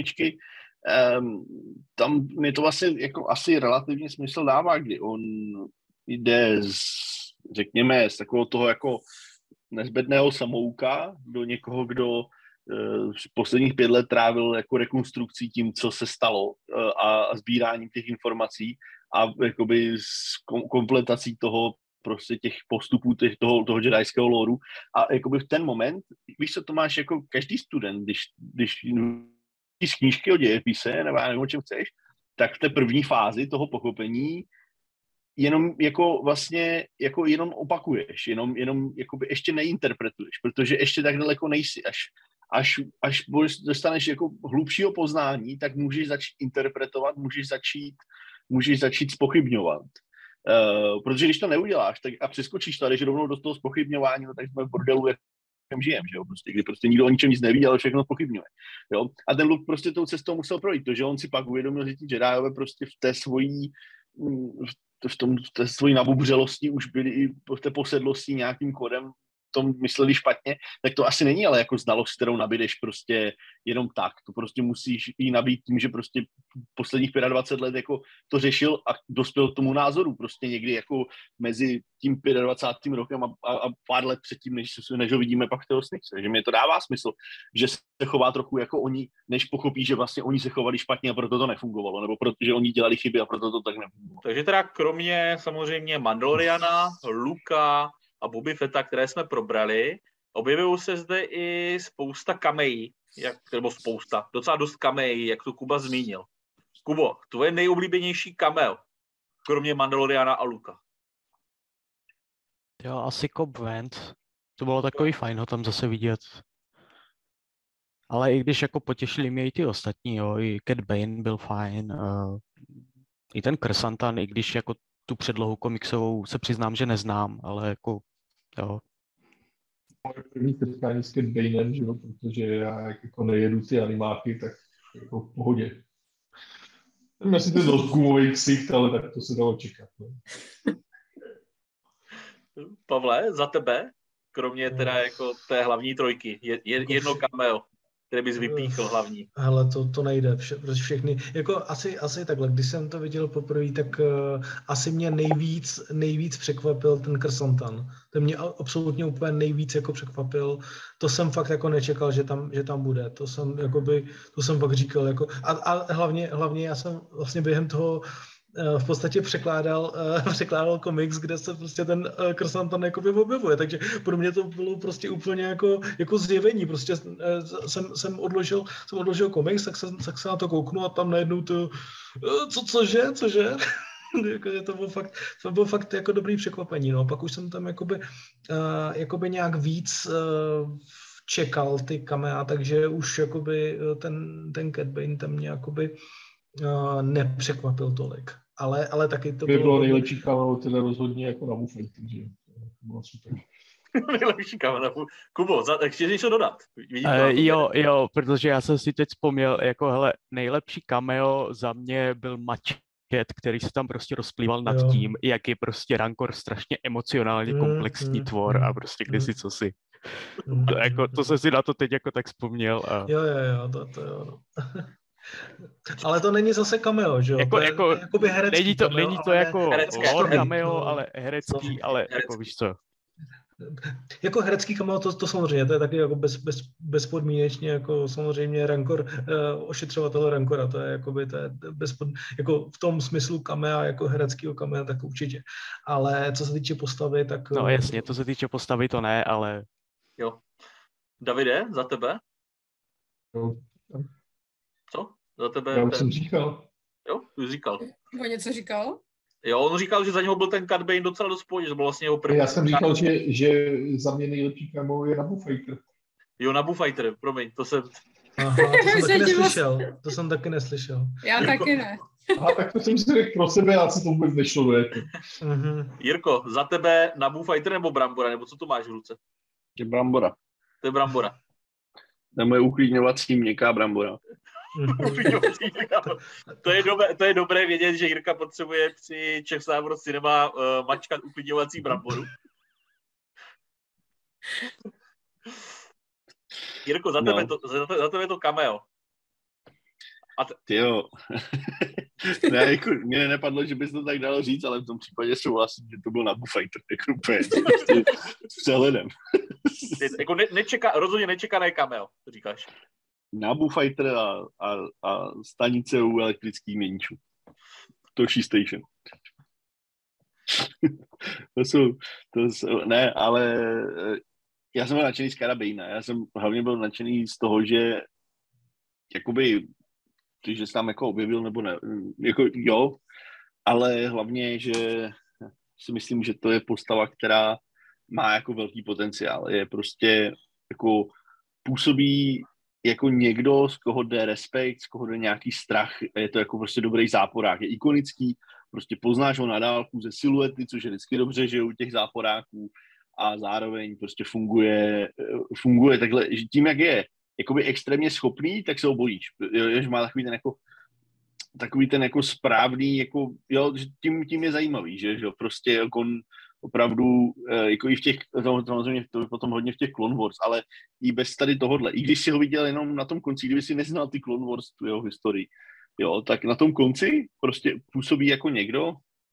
tam mi to vlastně jako asi relativně smysl dává, kdy on jde řekněme, z takového toho jako nezbedného samouka do někoho, kdo posledních 5 let trávil jako rekonstrukcí tím, co se stalo a sbíráním těch informací a jakoby s kompletací toho prostě těch postupů toho jedajského lóru a jakoby v ten moment, víš co, to máš jako každý student, když z knížky o dějepise, nebo já nevím, o čem chceš, tak v té první fázi toho pochopení jenom jako vlastně jako jenom opakuješ, jenom jakoby ještě neinterpretuješ, protože ještě tak daleko nejsi. Až dostaneš jako hlubšího poznání, tak můžeš začít interpretovat, můžeš začít zpochybňovat. Protože když to neuděláš tak a přeskočíš to a jdeš rovnou do toho zpochybňování, no, tak jsme v bordelu, jakém žijeme, že jo, prostě, kdy prostě nikdo o ničem nic neví, ale všechno zpochybňuje. Jo? A ten Luke prostě tou cestou musel projít, to, že on si pak uvědomil, že ti Jediové prostě v té svojí nabubřelosti už byli i v té posedlosti nějakým kodem tom mysleli špatně, tak to asi není ale jako znalost, kterou nabídeš prostě jenom tak. To prostě musíš jí nabít tím, že prostě posledních 25 let jako to řešil a dospěl k tomu názoru prostě někdy jako mezi tím 25. rokem a pár let předtím, než ho vidíme pak v té 8. Takže mi to dává smysl, že se chová trochu jako oni, než pochopí, že vlastně oni se chovali špatně a proto to nefungovalo, nebo protože oni dělali chyby a proto to tak nefungovalo. Takže teda kromě samozřejmě Mandaloriana, Luka a Boba Fetta, které jsme probrali, objevují se zde i spousta kamejí, docela dost kamejí, jak to Kuba zmínil. Kubo, tvoje nejoblíbenější cameo, kromě Mandaloriana a Luka? Jo, asi Cobb Vanth. To bylo takový fajn ho tam zase vidět. Ale i když jako potěšili mě i ty ostatní, jo, i Cad Bane byl fajn, i ten Krsantan, i když jako tu předlohu komiksovou se přiznám, že neznám, ale jako jo. Moje první setkání s Cad Banem, že jo, protože já jako nejedu ty animáky, tak jako v pohodě. Jsem asi ten dost gumový ksicht, ale tak to se dalo čekat. No. Pavle, za tebe, kromě teda jako té hlavní trojky, jedno cameo, které bys vypíchl hlavní. Hele, to nejde, protože všechny, jako asi takhle, když jsem to viděl poprvé, tak asi mě nejvíc překvapil ten Krsantan. To mě absolutně úplně nejvíc jako překvapil. To jsem fakt jako nečekal, že tam bude. To jsem fakt říkal, jako, a hlavně já jsem vlastně během toho v podstatě překládal komiks, kde se prostě ten Krsantan jakoby objevuje, takže pro mě to bylo prostě úplně jako zjevení, prostě jsem odložil komiks, tak se na to kouknu a tam najednou to, cože? To bylo fakt jako dobrý překvapení, no, pak už jsem tam jakoby nějak víc čekal ty kamea, takže už jakoby ten Cad Bane tam mě jakoby nepřekvapil tolik. Ale taky to bylo nejlepší kameo, teda rozhodně jako na bufet, takže to bylo super. Nejlepší kameo. Kubo, chtěš něco dodat? Jo, protože já jsem si teď vzpomněl, jako hele, nejlepší cameo za mě byl Mačet, který se tam prostě rozplýval nad tím, jak je prostě Rancor strašně emocionálně komplexní tvor a prostě kdysi cosi. To jsem si na to teď jako tak vzpomněl. A... Jo, to jo. Ale to není zase cameo, že jo? Jakoby herecký není to cameo, jako lore cameo, ale herecký, ale jako víš co. Jako herecký cameo, to samozřejmě, to je taky jako bezpodmínečně, jako samozřejmě Rancor, ošetřovatel Rancora, to je jakoby, to je jako v tom smyslu camea, jako hereckého camea, tak určitě. Ale co se týče postavy, tak... No jasně, co se týče postavy, to ne, ale... Jo. Davide, za tebe? Jo. Co? Za tebe? Já už jsem říkal. Jo, už říkal. O něco říkal? Jo, on říkal, že za něho byl ten Cad Bane docela dost pohodě, že byl vlastně jeho první. Já jsem říkal, že za mě nejlepší cameo je Naboo Fighter. Jo, Naboo Fighter, promiň, to jsem... Aha, to jsem taky neslyšel. Já taky ne. Aha, tak to jsem si řekl pro sebe, já si to vůbec nešlo. Jirko, za tebe Naboo Fighter nebo Brambora, nebo co tu máš v ruce? Je Brambora. To je Brambora. To je moje uklidňovací měkká Brambora. To je dobré vědět, že Jirka potřebuje při Czech Summer Cinema mačkat uklidňovací Bramboru. Jirko, za tebe to cameo. Tyjo. Ne, jako, mně nepadlo, že bys to tak dalo říct, ale v tom případě souhlasím, že to byl Naboo Fighter. Jako úplně s přehledem. Jako rozhodně nečekané cameo, to říkáš. Naboo Fighter a stanice u elektrických měničů. Toshi Station. Ne, ale já jsem byl nadšený z Cada Banea. Já jsem hlavně byl nadšený z toho, že jakoby, že se tam jako objevil, nebo ne, jako jo, ale hlavně, že si myslím, že to je postava, která má jako velký potenciál. Je prostě jako působí jako někdo, z koho jde respekt, z koho jde nějaký strach, je to jako prostě dobrý záporák, je ikonický, prostě poznáš ho na dálku ze siluety, což je vždycky dobře, že u těch záporáků a zároveň prostě funguje takhle, že tím, jak je jakoby extrémně schopný, tak se ho bojíš, že má takový ten jako správný, jako, jo, že tím je zajímavý, že prostě jako on opravdu, jako i v těch, samozřejmě to je potom hodně v těch Clone Wars, ale i bez tady tohodle. I když si ho viděl jenom na tom konci, kdyby si neznal ty Clone Wars, tu jeho historii, jo, tak na tom konci prostě působí jako někdo,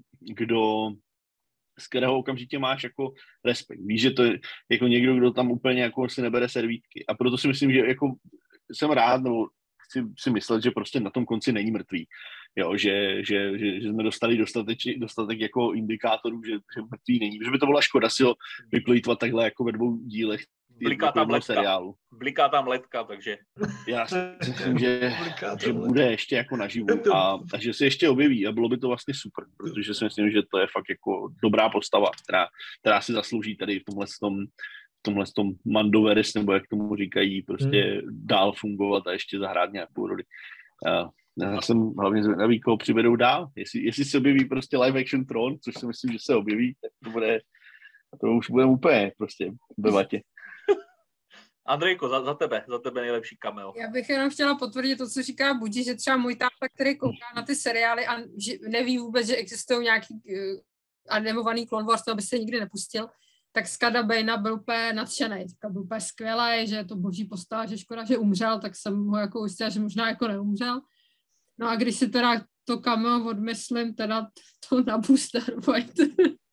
z kterého okamžitě máš jako respekt. Víš, že to je jako někdo, kdo tam úplně jako si nebere servítky. A proto si myslím, že jako jsem rád, nebo chci si myslet, že prostě na tom konci není mrtvý. Jo, že jsme dostali dostatek jako indikátorů, že mrtvý není. Že by to byla škoda si ho vyplýtvat takhle jako ve 2 dílech seriálu. Bliká tam letka, takže... Já si myslím, že bude ještě jako naživu a že se ještě objeví a bylo by to vlastně super, protože si myslím, že to je fakt jako dobrá postava, která si zaslouží tady v tomhle Mandoverse, nebo jak tomu říkají, prostě dál fungovat a ještě zahrát nějakou roli. Já jsem hlavně zvědavý, koho přivedou dál. Jestli se objeví prostě live action Tron, což si myslím, že se objeví, tak to už bude úplně prostě v debatě. Andrejko, za tebe nejlepší cameo. Já bych jenom chtěla potvrdit to, co říká Budi, že třeba můj táta, který kouká na ty seriály a neví vůbec, že existují nějaký animovaný Clone Wars, to by se nikdy nepustil, tak z Cada Banea byl úplně nadšenej. Byl úplně skvělý, že je to boží postava, že škoda, že umřel, tak jsem ho jako ujistila, že možná jako neumřel. No a když si teda to cameo odmyslím, teda to na Booster Fight.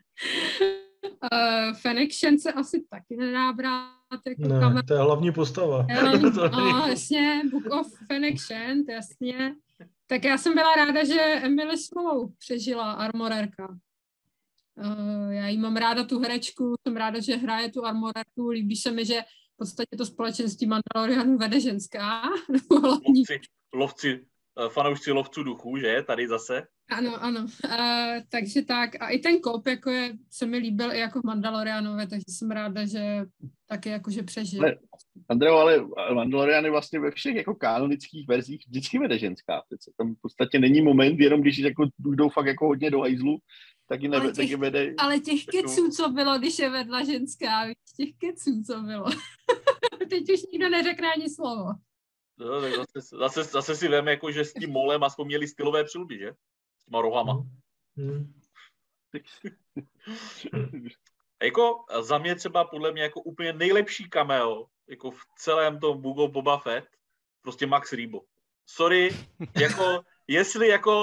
Fennec Shand se asi taky nedá brát jako cameo. To je hlavní postava. No, jasně, Book of Fennec Shand, jasně. Tak já jsem byla ráda, že Emily Slow přežila Armorerka. Já jí mám ráda tu herečku, jsem ráda, že hraje tu Armorerku, líbí se mi, že v podstatě to společenství Mandalorianů vede ženská. Fanoušci lovců duchů, že? Tady zase. Ano. Takže tak. A i ten kop jako se mi líbil i jako v Mandalorianové, takže jsem ráda, že taky jakože přežil. Andreo, ale Mandalorian je vlastně ve všech jako kanonických verzích vždycky vede ženská. Přece tam v podstatě není moment, jenom když jako jdou fakt jako hodně do hajzlu, taky vede. Ale těch keců, co bylo, když je vedla ženská, těch keců, co bylo. Teď už nikdo neřekne ani slovo. No, tak zase si veme, jako, že s tím molem aspoň měli stylové přilby, že? S těma rohama. Jako za mě třeba podle mě jako úplně nejlepší cameo jako v celém tom Book of Boba Fett, prostě Max Rebo. Sorry, jako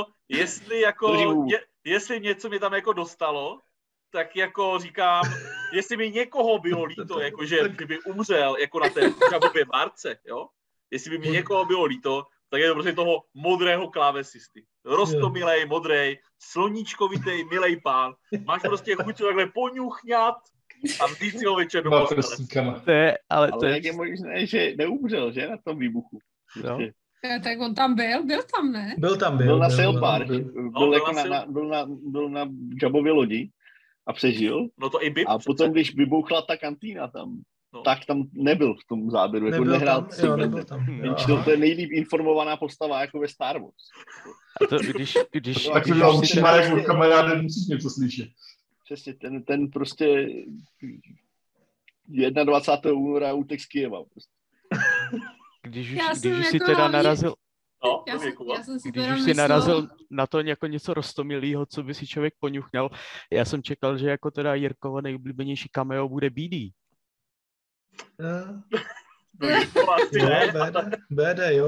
jestli něco mě tam jako dostalo, tak jako říkám, jestli by někoho bylo líto, jakože kdyby umřel jako na té Jabově bárce, jo? Jestli by mi někoho bylo líto, tak je to prostě toho modrého klávesisty. Roztomilej, modrej, sloníčkovitej, milej pán. Máš prostě chuť takhle poňuchňat a vzít si ho večer do postele. Ale jak je možné, že neumřel, že na tom výbuchu? No. Tak on tam byl tam, ne? Byl na sail barge, byl na Jabově lodi a přežil. No to i Bib. A potom, když vybouchla ta kantýna tam, tak tam nebyl v tom záběru. Jako nehrál tam. To je nejlíp informovaná postava jako ve Star Wars. A to, když tak musíš Marek od kamaráde, musíš něco slyšet. Přesně, ten prostě 21. února útek z Kyjeva. Prostě. Když už si teda narazil... Když už si narazil na to jako něco roztomilýho, co by si člověk poňuchňal, já jsem čekal, že jako teda Jirkovo nejoblíbenější cameo bude BD. BD, jo.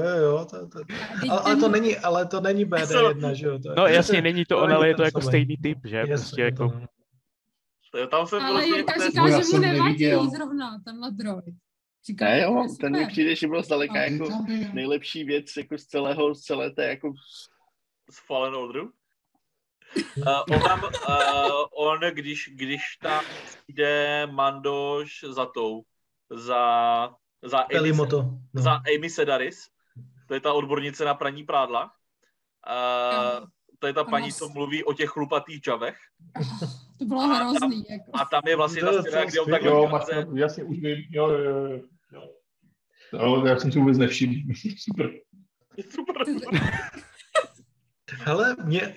Ale to není BD1, že jo? No jasně, není to on, ale je to jako stejný typ, že? Prostě jako... Tam jsem ale Jirka říká, že mu nevadí zrovna tenhle droid. Ne, jo, ten mi přijde, že byl zdaleka jako nejlepší věc jako z celé té jako... Z Fallen Orderu? Když tam jde Mandoš za Amy Sedaris, to je ta odbornice na praní prádla, to je ta paní, co mluví o těch chlupatých džavech. To bylo hrozný. A tam je vlastně ta scéna, kde on takhle... Jo, jasně, už vím, jo. Ale já jsem si vůbec nevšiml. Super. Hele,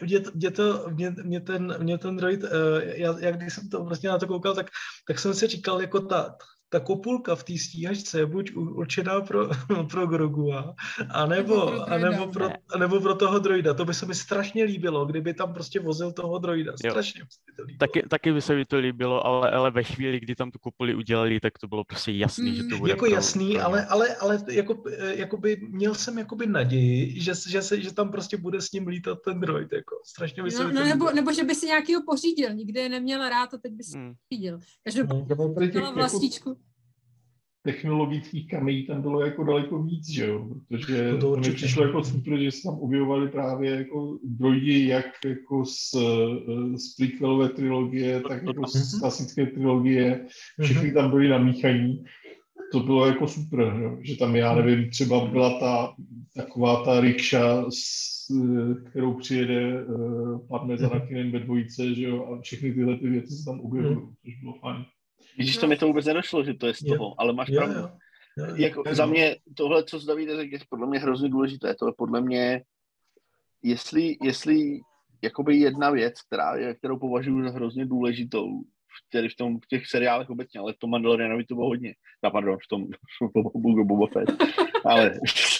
mě ten droid, já když jsem to prostě na to koukal, tak jsem si říkal, jako ta kopulka v té stíhačce je buď určená pro Grogua, anebo pro toho droida. To by se mi strašně líbilo, kdyby tam prostě vozil toho droida. Strašně to líbilo. Taky by se mi to líbilo, ale ve chvíli, kdy tam tu kopuli udělali, tak to bylo prostě jasný, že to bude jako jasný, ale jakoby měl jsem jakoby naději, že tam prostě bude s ním lítat ten droid. Jako. Strašně by se mi to líbilo. Nebo že by si nějakýho pořídil. Nikdy je neměla rád a teď by si pořídil. Takže byla vlastičku. Technologických kamejí tam bylo jako daleko víc, že jo, protože to mi přišlo jako super, že se tam objevovali právě jako droidi jak jako z prequelové trilogie, tak jako z klasické trilogie, všechny tam byly namíchaní. To bylo jako super, jo? Že tam, já nevím, třeba byla taková ta rikša, kterou přijede Padmé s Anakinem ve dvojice, že jo, a všechny tyhle ty věci se tam objevují, což bylo fajn. Když to mi to vůbec nedošlo, že to je z toho, ale máš pravdu. Jako za mě tohle, co jsi Davide řekl, je podle mě hrozně důležité. To je podle mě, jestli jakoby jedna věc, kterou považuji za hrozně důležitou, v těch seriálech obecně, ale v tom Mandalorianovi to bylo hodně. V tom Boba Fett. Ale...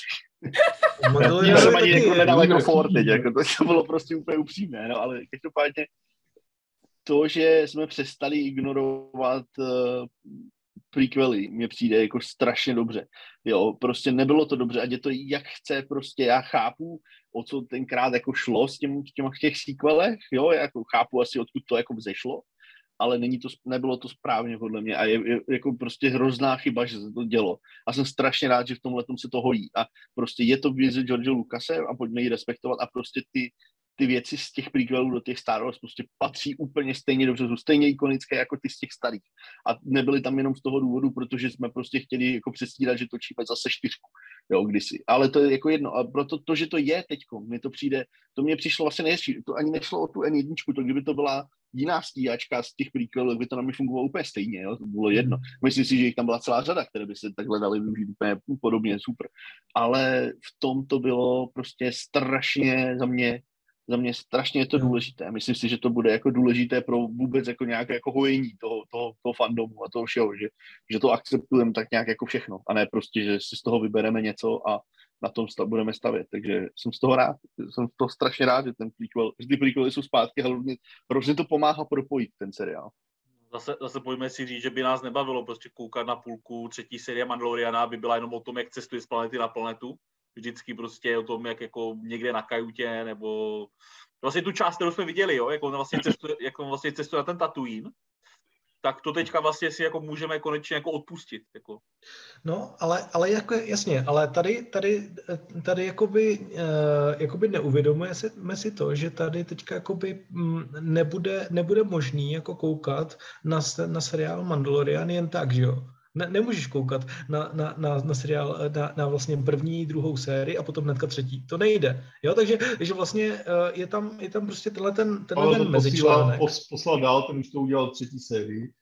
Já jsem ani jako nedal jako for teď, jako to bylo prostě úplně upřímné, no, ale každopádně to, že jsme přestali ignorovat prequely, mně přijde jako strašně dobře. Jo, prostě nebylo to dobře, ať je to jak chce, prostě já chápu, o co tenkrát jako šlo s těch sequelech, jo, jako chápu asi, odkud to jako vzešlo, ale nebylo to správně podle mě a je jako prostě hrozná chyba, že se to dělo. A jsem strašně rád, že v tomhletom se to hojí a prostě je to vize George Lucase a pojďme ji respektovat a prostě ty věci z těch prequelů do těch Star Wars prostě patří úplně stejně dobře, jsou stejně ikonické jako ty z těch starých. A nebyly tam jenom z toho důvodu, protože jsme prostě chtěli jako předstírat, že točíme zase 4, jo, kdysi. Ale to je jako jedno. A proto to, že to je teďko, to mně přišlo vlastně nejhezčí. To ani nešlo o tu N1, to kdyby to byla jiná stíhačka z těch prequelů, by to na mě fungovalo úplně stejně, jo, to bylo jedno. Myslím si, že jich tam byla celá řada, které by se takhle dali využít úplně podobně, super. Ale v tom to bylo prostě strašně za mě strašně je to důležité. Myslím si, že to bude jako důležité pro vůbec jako nějaké jako hojení toho fandomu a toho všeho, že to akceptujeme tak nějak jako všechno a ne prostě, že si z toho vybereme něco a na tom budeme stavět. Takže jsem z toho rád. Jsem to strašně rád, že ty prequely jsou zpátky, ale hrozně to pomáhá propojit ten seriál. Zase pojďme si říct, že by nás nebavilo prostě koukat na půlku třetí série Mandaloriana, aby byla jenom o tom, jak cestuje z planety na planetu. Vždycky prostě o tom, jak jako někde na kajutě, nebo vlastně tu část, kterou jsme viděli, jo, jak on vlastně cestuje na ten Tatooine. tak to teďka vlastně si jako můžeme konečně jako odpustit. Jako. No, ale jako jasně, ale tady jakoby neuvědomujeme si to, že tady teďka jakoby nebude možný jako koukat na seriál Mandalorian jen tak, že jo? Nemůžeš koukat na seriál, na vlastně první, druhou sérii a potom hnedka třetí. To nejde. Jo, takže vlastně je tam prostě tenhle ten mezičlánek. Poslal dál, ten už to udělal třetí sérii.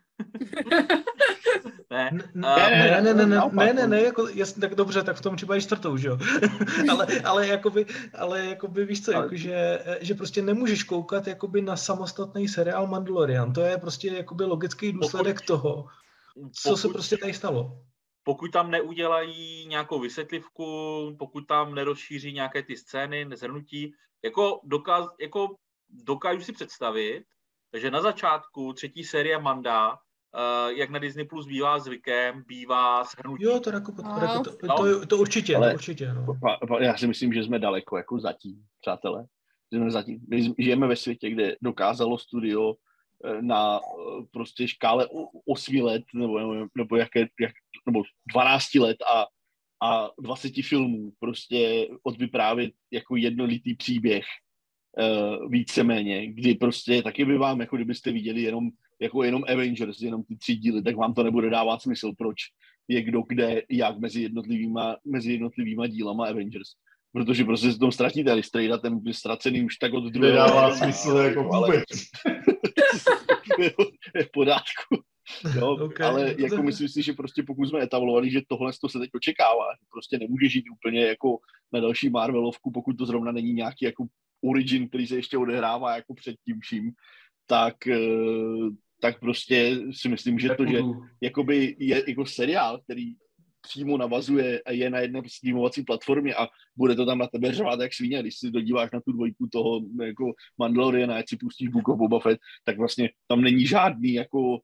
Ne, jako, jasně, tak dobře, tak v tom případě čtvrtou, že jo. ale jakoby víš co, jako, že prostě nemůžeš koukat jakoby na samostatný seriál Mandalorian. To je prostě jakoby logický důsledek toho, co se prostě tady stalo. Pokud tam neudělají nějakou vysvětlivku, pokud tam nerozšíří nějaké ty scény, nezhrnutí, jako dokážu si představit, že na začátku třetí série Manda, jak na Disney Plus bývá zvykem, bývá shrnutí. Jo, to určitě, ale to určitě. No. Já si myslím, že jsme daleko jako zatím, přátelé. My žijeme ve světě, kde dokázalo studio na prostě škále 8 let nebo 12 let a 20 filmů prostě odvyprávět jako jednolitý příběh víceméně, kdy prostě taky by vám, jako kdybyste viděli jenom Avengers, jenom ty 3 díly, tak vám to nebude dávat smysl, proč je kdo kde, jak mezi jednotlivýma dílama Avengers. Protože prostě se tom ztratíte, ale Strejda ten je ztracený už tak od druhého. Nedává smysl jako vůbec. Je v pořádku. Jo, okay. Ale jako myslím si, že prostě pokud jsme etablovali, že tohle se teď očekává, že prostě nemůže žít úplně jako na další Marvelovku, pokud to zrovna není nějaký jako origin, který se ještě odehrává jako před tím vším, tak prostě si myslím, že to, že jakoby je jako seriál, který přímo navazuje a je na jedné streamovací platformě a bude to tam na tebe řvát jak svíně, když si dodíváš na tu dvojku toho jako Mandaloriana, ať si pustíš Book of Boba Fett, tak vlastně tam není žádný jako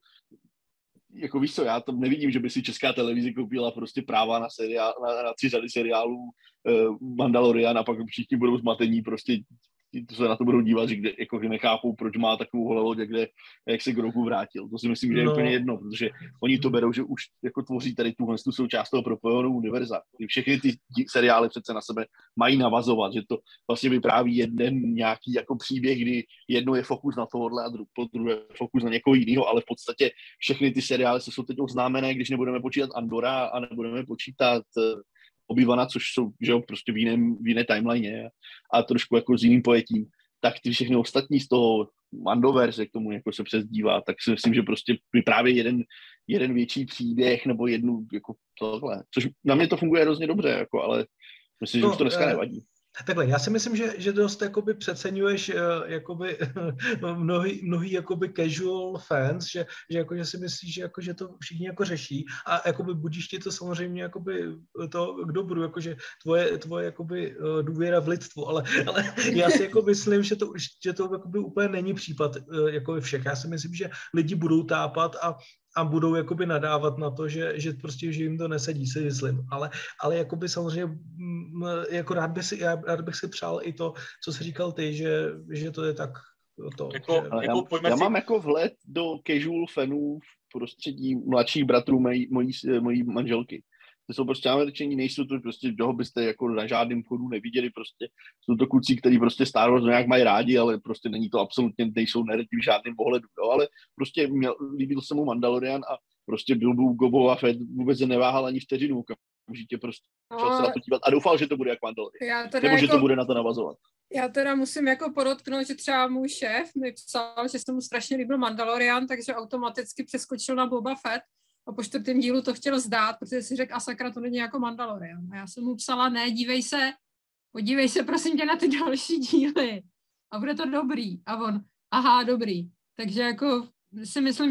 víš co, já tam nevidím, že by si Česká televize koupila prostě práva na 3 řady seriálů Mandalorian a pak všichni budou zmatení, prostě se na to budou dívat, že nechápou, proč má takovou loď, jak se Grogu vrátil. To si myslím, že je úplně jedno, protože oni to berou, že už jako tvoří tady tu součást toho propojeného univerza. Všechny ty seriály přece na sebe mají navazovat, že to vlastně vypráví jeden nějaký jako příběh, kdy jedno je fokus na tohohle a druhé fokus na někoho jiného, ale v podstatě všechny ty seriály jsou teď oznámené, když nebudeme počítat Andora a nebudeme počítat Obi-Wana, což jsou že jo, prostě v jiné timeline a trošku jako s jiným pojetím, tak ty všechny ostatní z toho Mandoverse, k tomu jako se přezdívá, tak si myslím, že prostě vyprávějí jeden větší příběh nebo jednu jako tohle, což na mě to funguje hrozně dobře, jako, ale myslím, že už to dneska nevadí. Takhle, já si myslím, že dost jakoby přeceňuješ jakoby mnohý jakoby casual fans, že jakože si myslíš, že to všichni jako řeší a jakoby budíš ti to samozřejmě jakoby to k dobru, jakože tvoje jakoby důvěra v lidstvu, ale já si jako myslím, že to jakoby úplně není případ jakoby všech. Já si myslím, že lidi budou tápat a budou jakoby nadávat na to, že prostě že jim to nesedí, si myslím. Ale jakoby samozřejmě jako rád bych si přál i to, co jsi říkal ty, že to je tak to. Já mám jako vhled do casual fanů v prostředí mladších bratrů mojí manželky. To jsou prostě američani, nejsou to prostě, toho byste jako na žádném chodu neviděli, prostě jsou to kluci, kteří prostě Star Wars nějak mají rádi, ale prostě není to absolutně, nejsou neredi v žádném pohledu, jo? Ale prostě líbil se mu Mandalorian a prostě Boba Fett vůbec neváhal ani vteřinu, okamžitě prostě šel se na to dívat a doufal, že to bude jak Mandalorian, nebo že to bude na to navazovat. Já teda musím jako podotknout, že třeba můj šéf mi psal, že se mu strašně líbil Mandalorian, takže automaticky přeskočil na Boba Fett. A po 4. dílu to chtěl zdát, protože si řekl, a sakra, to není jako Mandalorian. A já jsem mu psala, ne, podívej se prosím tě na ty další díly a bude to dobrý. A on, aha, dobrý. Takže jako si myslím,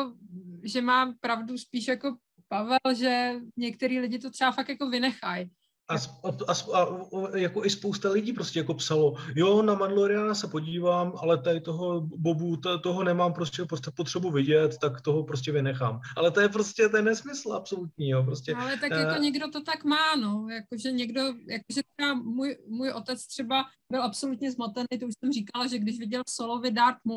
že má pravdu spíš jako Pavel, že některý lidi to třeba fakt jako vynechají. A jako i spousta lidí prostě jako psalo, jo, na Mandaloriana se podívám, ale tady toho Bobu, toho nemám prostě potřebu vidět, tak toho prostě vynechám. Ale to je prostě ten nesmysl absolutní, jo, prostě. No, ale tak jako někdo to tak má, no, jakože třeba můj otec třeba byl absolutně zmatený, to už jsem říkala, že když viděl Solovi Darth Maula,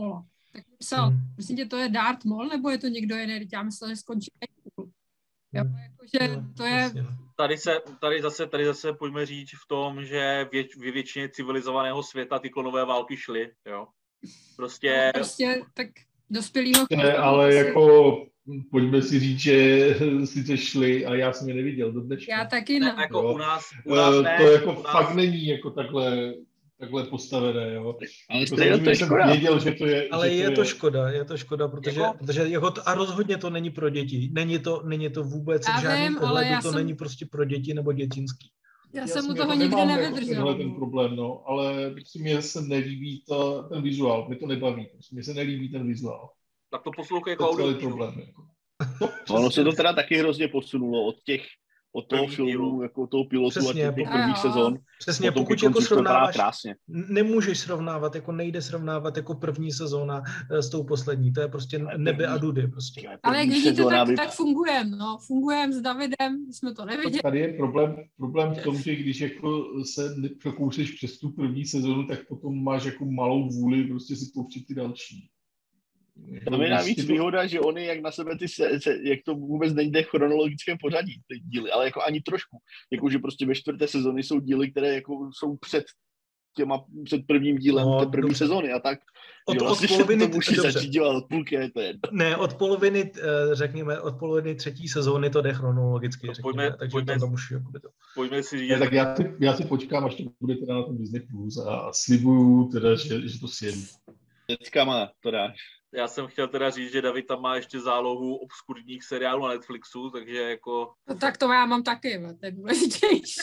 Tak psal, myslím, že to je Darth Maul, nebo je to někdo jiný, teď já myslel, že skončí. Jo, jakože to je... Tady zase pojďme říct v tom, že ve většině civilizovaného světa ty klonové války šly, jo. Prostě tak dospělýho... Ale jako pojďme si říct, že sice šli, ale já jsem je neviděl do dneška. Já taky ne. Jako u nás ne. To jako fakt není jako takhle postavené, jo. Ale to jsem věděl, že to je... Ale je to škoda, protože a rozhodně to není pro děti. Není to vůbec v žádném pohledu, to není prostě pro děti nebo dětinský. Já jsem u toho nikdy nevydržel. Ten problém, no, ale mně se nelíbí ten vizuál, mě to nebaví, mně se nelíbí ten vizuál. Tak to poslouchej jako audio. To je celý problém. Jako. Ono se to teda taky hrozně posunulo od toho filmu, jako toho pilotu přesně, a těch prvních sezon. Přesně, pokud jako srovnáváš, nemůžeš srovnávat, jako nejde srovnávat jako první sezóna s tou poslední, to je prostě nebe a dudy. Prostě. Ale jak vidíte, tak fungujeme s Davidem, jsme to neviděli. Tady je problém v tom, že když jako se překousíš přes tu první sezónu, tak potom máš jako malou vůli prostě si pouštět ty další. To je navíc výhoda, že oni jak na sebe jak to vůbec nejde v chronologickém pořadí, ty díly, ale jako ani trošku. Jako, že prostě ve 4. sezóny jsou díly, které jako jsou před prvním dílem té první sezóny a tak. Od poloviny, to musí začít dělat od půlky, je to jedno. Ne, od poloviny, řekněme, od poloviny 3. sezóny to jde chronologicky, řekněme, takže tam už to. Pojďme si říct. Tak já si počkám, až to bude teda na tom Disney Plus a slibuju teda, že to sjedu. Děckama to dáš. Já jsem chtěl teda říct, že David tam má ještě zálohu obskurních seriálů na Netflixu, takže jako... No tak to já mám taky, to je důležitější.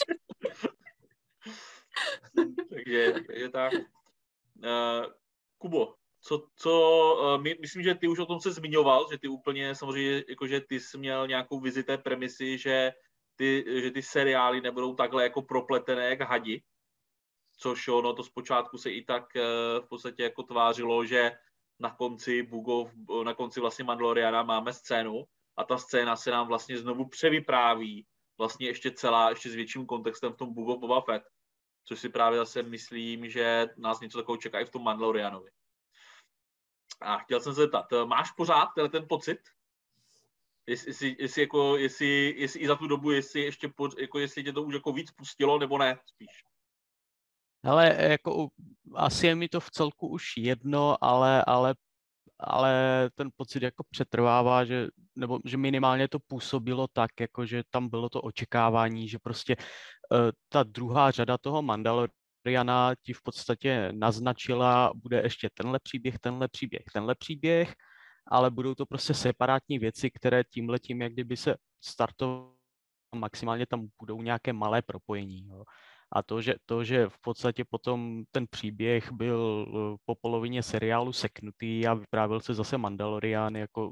takže tak. Kubo, myslím, že ty už o tom se zmiňoval, že ty úplně samozřejmě, jakože ty jsi měl nějakou vizi té premisy, že ty seriály nebudou takhle jako propletené jak hadi, což ono to zpočátku se i tak v podstatě jako tvářilo, že na konci vlastně Mandaloriana máme scénu a ta scéna se nám vlastně znovu převypráví vlastně ještě s větším kontextem v tom Book of Boba Fett, což si právě zase myslím, že nás něco takového čeká i v tom Mandalorianovi. A chtěl jsem se zeptat, máš pořád ten pocit? Jestli i za tu dobu, jestli tě to už jako víc pustilo, nebo ne spíš? Ale jako asi je mi to v celku už jedno, ale ten pocit jako přetrvává, že minimálně to působilo tak, jako že tam bylo to očekávání, že prostě ta druhá řada toho Mandaloriana ti v podstatě naznačila, bude ještě tenhle příběh, ale budou to prostě separátní věci, které tímhletím, jak kdyby se startovaly, maximálně tam budou nějaké malé propojení. Jo. A to, že v podstatě potom ten příběh byl po polovině seriálu seknutý a vyprávěl se zase Mandalorian, jako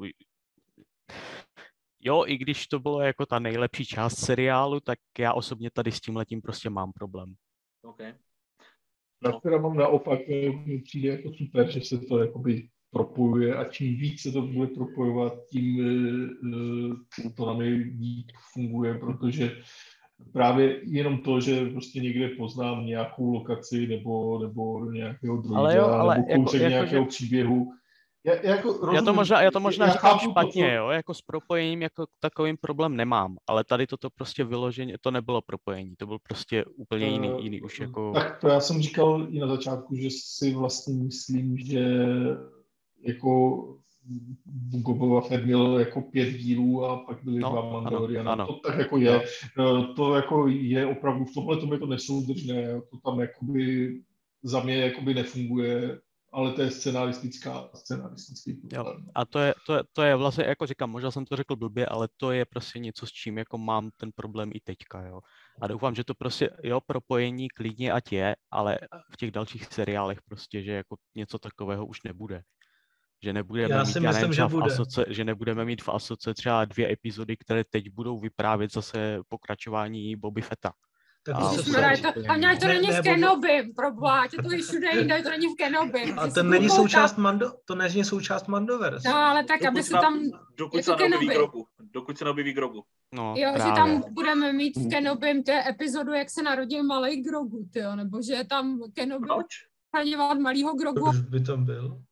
jo, i když to bylo jako ta nejlepší část seriálu, tak já osobně tady s tímhletím prostě mám problém. Okay. Já teda mám naopak, mi přijde jako super, že se to jakoby propojuje a čím víc se to bude propojovat, tím to na mě víc funguje, protože právě jenom to, že prostě někde poznám nějakou lokaci nebo nějakého droida, nebo kousek nějakého příběhu. Já to možná říkám špatně, jo, jako s propojením jako takovým problém nemám, ale tady toto prostě vyloženě, to nebylo propojení, to byl prostě úplně jiný už jako... Tak to já jsem říkal i na začátku, že si vlastně myslím, že jako Boba Fett měl jako 5 dílů a pak byly 2 Mandaloriany. To tak jako je. To jako je opravdu, v tomhle tomu je to nesoudržné, to tam jakoby za mě jakoby nefunguje, ale to je scenaristický problém. Jo. A to je vlastně, jako říkám, možná jsem to řekl blbě, ale to je prostě něco, s čím jako mám ten problém i teďka, jo. A doufám, že to prostě, jo, propojení klidně ať je, ale v těch dalších seriálech prostě, že jako něco takového už nebude. Že nebudeme mít v Asoce třeba 2 epizody, které teď budou vyprávět zase pokračování Boby Fetta. A nějak to není v Kenobim, proboha, to je všude jinde, to není v Kenobim. A to není součást Mandoverse. No, ale tak, aby se tam... Dokud se neobjeví Grogu. No, jo, právě. Že tam budeme mít v Kenobim té epizodu, jak se narodil malej Grogu, tyjo, nebo že je tam Kenobim chraňovat malýho Grogu. Proč by tam byl?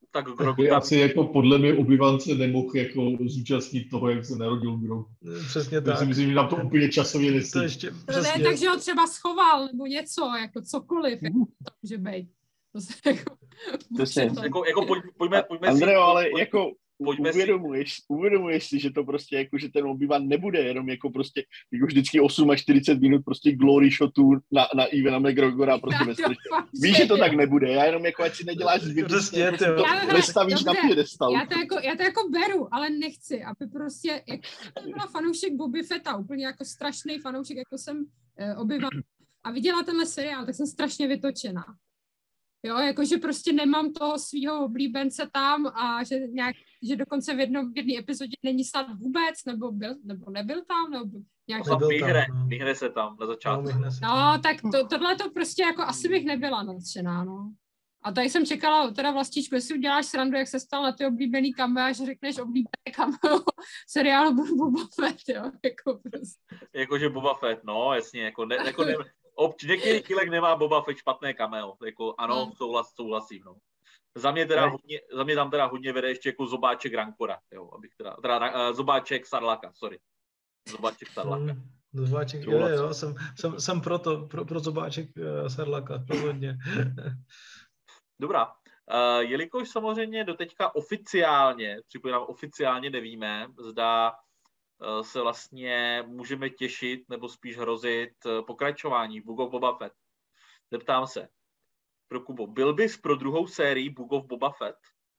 tak Tak Grogu by tam... asi jako podle mě Obi-Wan se nemohl jako zúčastnit toho, jak se narodil Grogu. Přesně Já si tak. myslím, že nám to úplně časově To nesedí. ještě, To ne, přesně. takže ho třeba schoval, nebo něco, jako cokoliv, jako to může být. To se jako... Přesně. Jako pojďme Andreo, ale pojďme- jako pojďme si... uvědomuješ si, že to prostě jako, že ten Obi-Wan nebude jenom jako prostě jako vždycky 8 až 40 minut prostě glory shotů na Ivana McGregora prostě ve straně. Víš, že to tak nebude, já jenom jako ať si neděláš Přesně, prostě ty jo. to nestavíš na piedestal. Já to jako beru, ale nechci, aby prostě, jak jsem byla fanoušek Boba Fetta, úplně jako strašný fanoušek, jako jsem Obi-Wan a viděla tenhle seriál, tak jsem strašně vytočená. Jo, jakože prostě nemám toho svýho oblíbence tam a že dokonce v jedné epizodě není snad vůbec, nebo nebyl tam, nebo nějak... Vyhne se tam na začátku. No, tak tohle to prostě jako asi bych nebyla nadšená, no. A tady jsem čekala teda Vlastičku, jestli uděláš srandu, jak se stal na ty oblíbený cameo, až řekneš oblíbené cameo seriálu Boba Fett, jo, jako prostě. Jakože Boba Fett, no, jasně, jako některý kilek nemá Boba Fett špatné cameo, jako ano, souhlasím, no. Za mě tam teda hodně vede ještě jako zobáček Rancora, jo, abych teda zobáček Sarlaka, sorry. Zobáček Sarlaka. Zobáček, jo, jsem pro zobáček Sarlaka, rozhodně. Dobrá. Jelikož samozřejmě doteďka oficiálně nevíme, zda se vlastně můžeme těšit, nebo spíš hrozit pokračování Book of Boba Fett. Zeptám se, pro Kubo, byl bys pro druhou sérii Book of Boba Fett?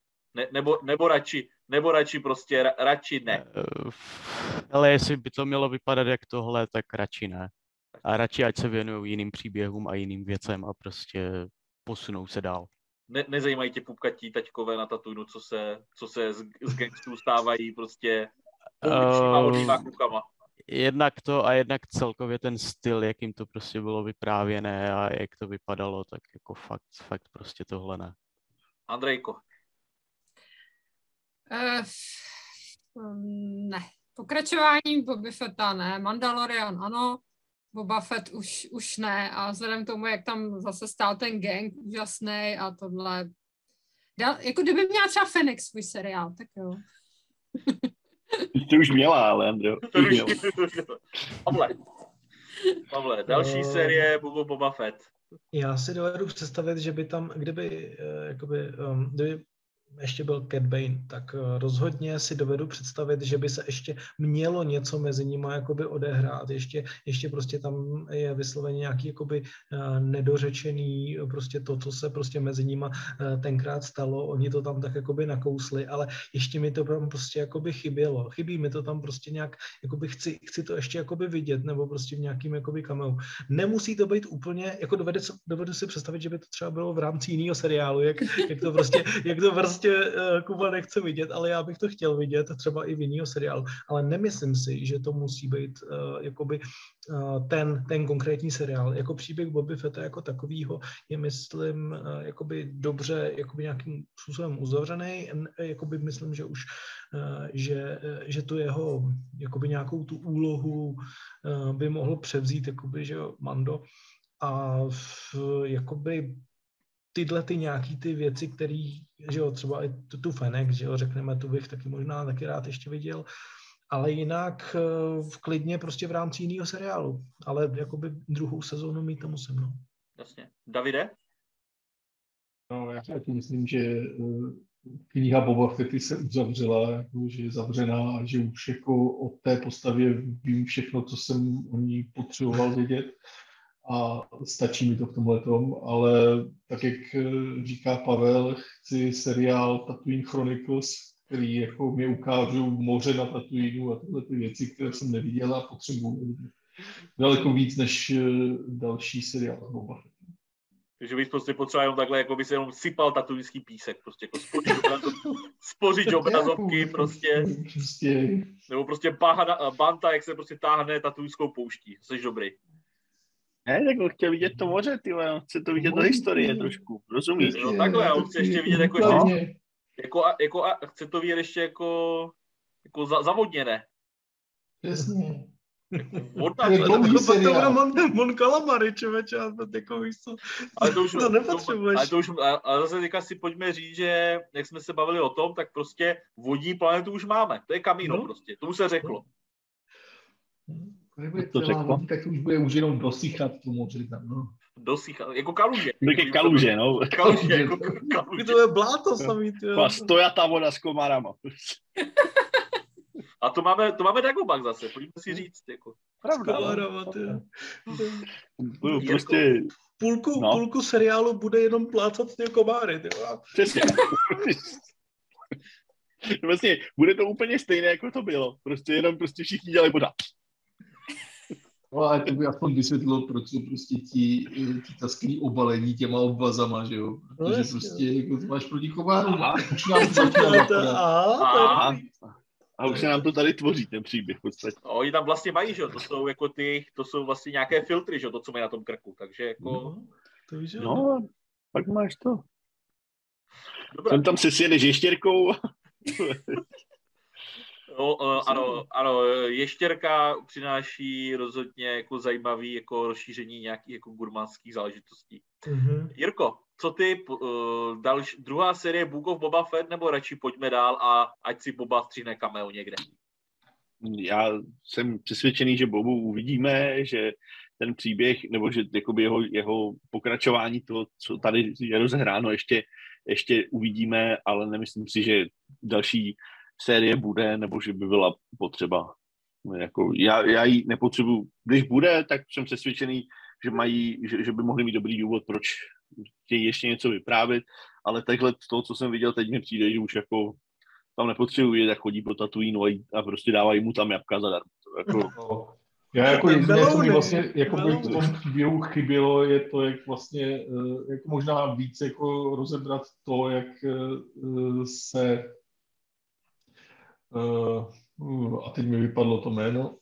Nebo radši prostě, radši ne? Ale jestli by to mělo vypadat jak tohle, tak radši ne. A radši ať se věnují jiným příběhům a jiným věcem a prostě posunou se dál. Nezajímají tě pupkatí taťkové na Tatooinu, co se z gangstů stávají prostě hodnýma klukama. Jednak to a jednak celkově ten styl, jakým to prostě bylo vyprávěné a jak to vypadalo, tak jako fakt prostě tohle ne. Andrejko. Ne. Pokračování Boba Fetta ne. Mandalorian ano. Boba Fett už ne. A vzhledem k tomu, jak tam zase stál ten gang úžasný a tohle. Jako kdyby měla třeba Fennec svůj seriál, tak jo. Ty už měla, ale Andreo. Pavle, další série Boba Fett. Já si dovedu představit, že by tam, kdyby ještě byl Cad Bane, tak rozhodně si dovedu představit, že by se ještě mělo něco mezi nimi jakoby odehrát. Ještě prostě tam je vysloveně nějaký jakoby nedořečený prostě to, co se prostě mezi nimi tenkrát stalo. Oni to tam tak jakoby nakousli, ale ještě mi to tam prostě jakoby chybělo. Chybí mi to tam prostě nějak, jakoby chci to ještě jakoby vidět, nebo prostě v nějakým jakoby cameu. Nemusí to být úplně, jako dovedu si představit, že by to třeba bylo v rámci jiného seriálu, jak to prostě Kuba nechce vidět, ale já bych to chtěl vidět, třeba i v jiného seriálu. Ale nemyslím si, že to musí být jakoby ten konkrétní seriál. Jako příběh Boba Fetta jako takovýho je, myslím, jakoby dobře, jakoby nějakým způsobem uzavřený. Jakoby myslím, že už že tu jeho jakoby nějakou tu úlohu by mohl převzít jakoby, že Mando. A jakoby tyhle ty nějaký ty věci, které, že jo, třeba i tu Fennec, že jo, řekneme, tu bych taky možná taky rád ještě viděl, ale jinak klidně prostě v rámci jiného seriálu, ale jakoby druhou sezónu mít to musím, no. Jasně. Davide? No, já taky myslím, že kniha Boba Fetty se uzavřela, jako, že je zavřená a že už jako o té postavě vím všechno, co jsem o ní potřeboval vědět. A stačí mi to v tomhletom, ale tak, jak říká Pavel, chci seriál Tatooine Chronicles, který jako mě ukážou moře na Tatooinu a tyhle ty věci, které jsem neviděl a potřebuji daleko víc než další seriál Boba Fett. Takže bys prostě potřeboval jenom takhle, jako by se jenom sypal tatuínský písek, prostě jako spořit obrazovky, prostě, nebo prostě banta, jak se prostě táhne tatuínskou pouští, jsi dobrý. Ne, tak on chtěl vidět to moře, ty on chce to vidět do historie trošku, rozumíš? No takhle, on chce ještě vidět jako chce to vidět ještě jako zavodněné. Přesně. Je dlouhý To bude seriál. Mon Calamari, člověče, jako víš co. Ale to už, to nepotřebuješ. Ale zase teďka si pojďme říct, že jak jsme se bavili o tom, tak prostě vodní planetu už máme. To je Kamino prostě, to už se řeklo. Nebude To celá řeklo. vodní, tak to už bude už jenom dosychat to moře tam, no. Dosychat, jako kaluže. Také kaluže, no. Kaluže, jako kaluže. To je bláto samý, ty. Taková stojatá voda s komárama. A to máme Dagobah zase, pojďme si říct. Jako. Pravda. Kamarama, ty. Prostě, Půlku seriálu bude jenom plácat ty komáry, ty. přesně. Vlastně bude to úplně stejné, jako to bylo. Prostě jenom všichni dělají voda. No, ale to by aspoň vysvětlilo, proč jsou prostě ti taskný obalení těma obvazama, že jo? Protože jasně, prostě jako to máš proti komárům. Aha. Už nám to začíná Aha. A už se nám to tady tvoří, ten příběh v podstatě. No, oni tam vlastně mají, že jo, to jsou vlastně nějaké filtry, že jo, to, co mají na tom krku, takže jako... To víš, jo. No, pak máš to. Dobrá. Jsem tam se sjedeš ještěrkou. No, ano, ještěrka přináší rozhodně jako zajímavý jako rozšíření nějakých jako gurmánských záležitostí. Jirko, co ty, druhá série Book of Boba Fett, nebo radši pojďme dál a ať si Boba stříhne cameo někde? Já jsem přesvědčený, že Bobu uvidíme, že ten příběh, nebo že jakoby jeho pokračování toho, co tady je rozehráno, ještě uvidíme, ale nemyslím si, že další série bude, nebo že by byla potřeba. Jako, já ji nepotřebuji. Když bude, tak jsem přesvědčený, že by mohli mít dobrý důvod, proč chtějí ještě něco vyprávět, ale takhle z toho, co jsem viděl, teď mi přijde, že už jako tam nepotřebuji, tak chodí po Tatooinu a prostě dávají mu tam jabka zadarmo. Jako... Já jako jediné, co mi vlastně jako by v tom příběhu chybělo, je to, jak vlastně jako možná víc jako rozebrat to, jak se a teď mi vypadlo to jméno.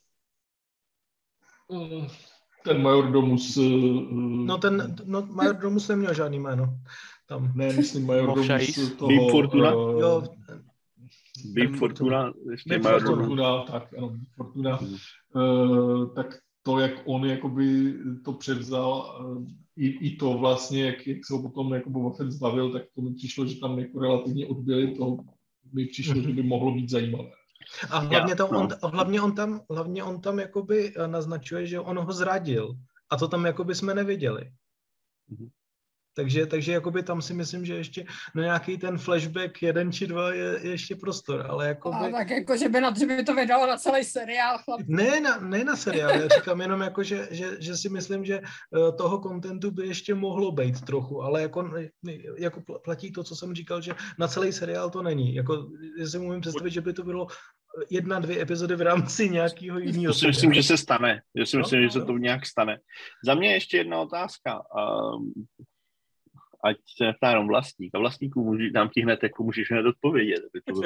Ten majordomus... majordomus neměl žádný jméno. Tam. Ne, myslím majordomus toho... Bib Fortuna? Jo. Bib Fortuna. Bib Fortuna, tak ano, Bib Fortuna. Tak to, jak on jakoby to převzal, i to vlastně, jak se ho potom jako Boba Fett zbavil, tak to mi přišlo, že tam jako relativně odbyli, to mi přišlo, že by mohlo být zajímavé. A hlavně on tam jakoby naznačuje, že on ho zradil. A to tam jakoby jsme neviděli. Takže jakoby tam si myslím, že ještě na nějaký ten flashback 1 či 2 je ještě prostor, ale jakoby... A tak jako, že by to vydalo na celý seriál, chlap. Ne na seriál, já říkám jenom jako, že si myslím, že toho kontentu by ještě mohlo být trochu, ale jako platí to, co jsem říkal, že na celý seriál to není. Jako, já si můžu představit, že by to bylo 1-2 epizody v rámci nějakého jiného. To si myslím, že se stane. Já si myslím, že se to nějak stane. Za mě ještě jedna otázka. Ať se neptá jenom vlastník. A vlastníků dám ti hned, jako můžeš hned odpovědět.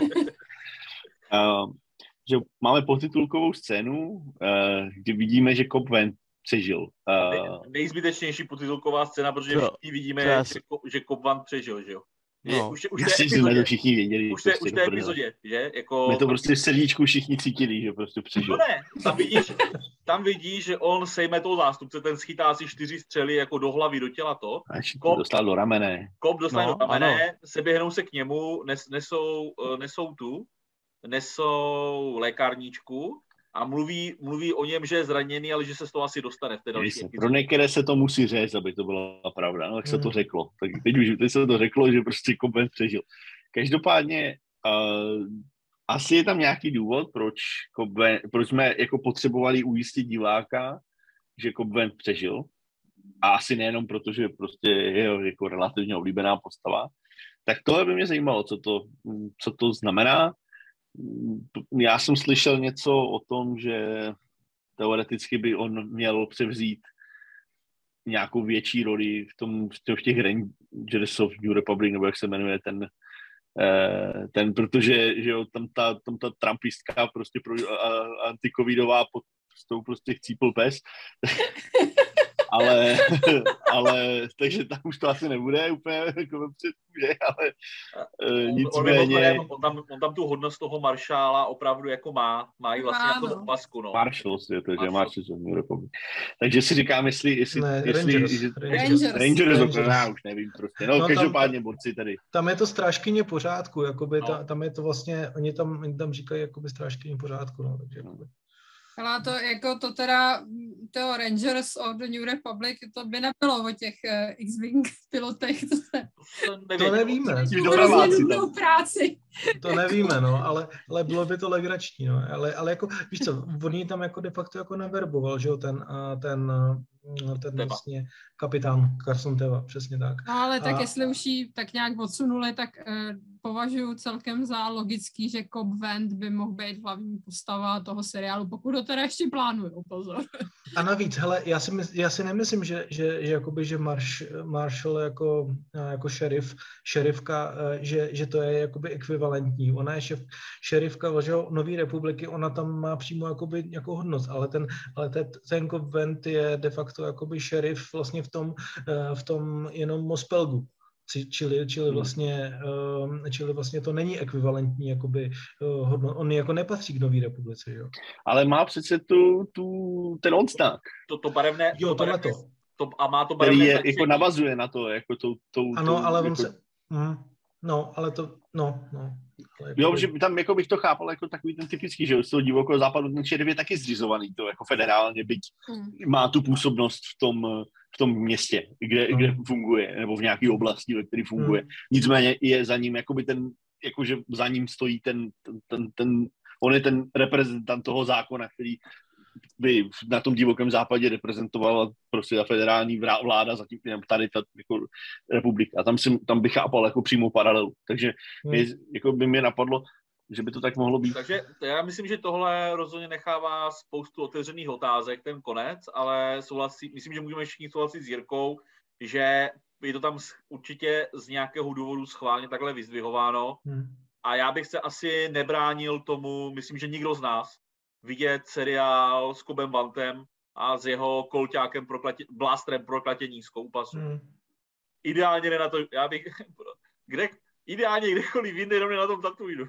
Že máme podtitulkovou scénu, kdy vidíme, že Cobb Vanth přežil. Nejzbytečnější podtitulková scéna, protože všichni vidíme, že Cobb Vanth přežil, že jo? No, už jsme to všichni věděli. Už v té epizodě, že? Jako... My to prostě v srdíčku všichni cítili, že prostě přežil. No ne, tam vidíš, že on sejme toho zástupce, ten schytá asi 4 střely jako do hlavy, do těla to. Cobb dostal do ramene. Cobb dostal do ramene, seběhnou se k němu, nesou lékárničku a mluví o něm, že je zraněný, ale že se z toho asi dostane v té další epizodě. Pro některé se to musí říct, aby to byla pravda, no tak se to řeklo. Tak teď se to řeklo, že prostě Cobb Vanth přežil. Každopádně asi je tam nějaký důvod, proč jsme jako potřebovali ujistit diváka, že Cobb Vanth přežil. A asi nejenom proto, že prostě je jako relativně oblíbená postava. Tak tohle by mě zajímalo, co to znamená. Já jsem slyšel něco o tom, že teoreticky by on měl převzít nějakou větší roli v těch Rangers of New Republic, nebo jak se jmenuje ten protože že jo, tam ta trumpistka prostě anticovidová pod tou prostě chcípl pes. ale takže tam už to asi nebude úplně jako vepřed kůže, ale nicméně... On tam tu hodnost toho maršála opravdu jako má ji vlastně jako do pasku, no. Marshall je to, že Marshall z New Republic. Takže si říkám, jestli Rangers, já už nevím prostě. No každopádně borci tady. Tam je to strážkyně pořádku, jakoby, tam je to vlastně, oni tam říkají jakoby strážkyně pořádku, no, takže jakoby. Ale to teda, toho Rangers of the New Republic, to by nebylo o těch X-Wing pilotech, to nevíme. Práci. To nevíme, no, ale bylo by to legrační, no, ale jako, víš co, on ji tam jako de facto jako neverboval, že jo, ten vlastně kapitán Carson Teva, přesně tak. No, ale tak jestli už ji tak nějak odsunuli, tak považuji celkem za logický, že Cobb Vanth by mohl být hlavní postava toho seriálu, pokud to teda ještě plánujou, pozor. A navíc, hele, já si nemyslím, že Marshall jako šerifka, že to je jakoby ekvivalentní. Ona je šerifka, že Nový republiky, ona tam má přímo jakoby jako hodnost, ale ten Cobb Vanth je de facto jakoby šerif vlastně v tom jenom Mospelgu. Čili vlastně to není ekvivalentní jakoby hodnot. On jako nepatří k Nový republice, jo. Ale má přece ten odznak. To barevné. Jo, tohleto. A má to barevné. Který jako navazuje na to, jako ano, ale jako... on se... ale to... Ale jo, že tam jako bych to chápal jako takový ten typický, že z toho divokého západu ten šerif je taky zřizovaný, to jako federálně, byť má tu působnost v tom městě, kde funguje, nebo v nějaké oblasti, ve které funguje. Nicméně je za ním jakoby jakože za ním stojí on je ten reprezentant toho zákona, který by na tom divokém západě reprezentovala prostě ta federální vláda, zatím tady ta jako republika. A tam bych chápal jako přímou paralelu. Takže jako by mě napadlo, že by to tak mohlo být. Takže já myslím, že tohle rozhodně nechává spoustu otevřených otázek, ten konec, ale myslím, že můžeme všichni souhlasit s Jirkou, že je to tam určitě z nějakého důvodu schválně takhle vyzdvihováno. A já bych se asi nebránil tomu, myslím, že nikdo z nás, vidět seriál s Cobbem Vanthem a s jeho kolťákem blástrem proklatění z koupasu. Ideálně ne na to, ideálně kdekoliv jinde, jenom ne na tom Tatooinu.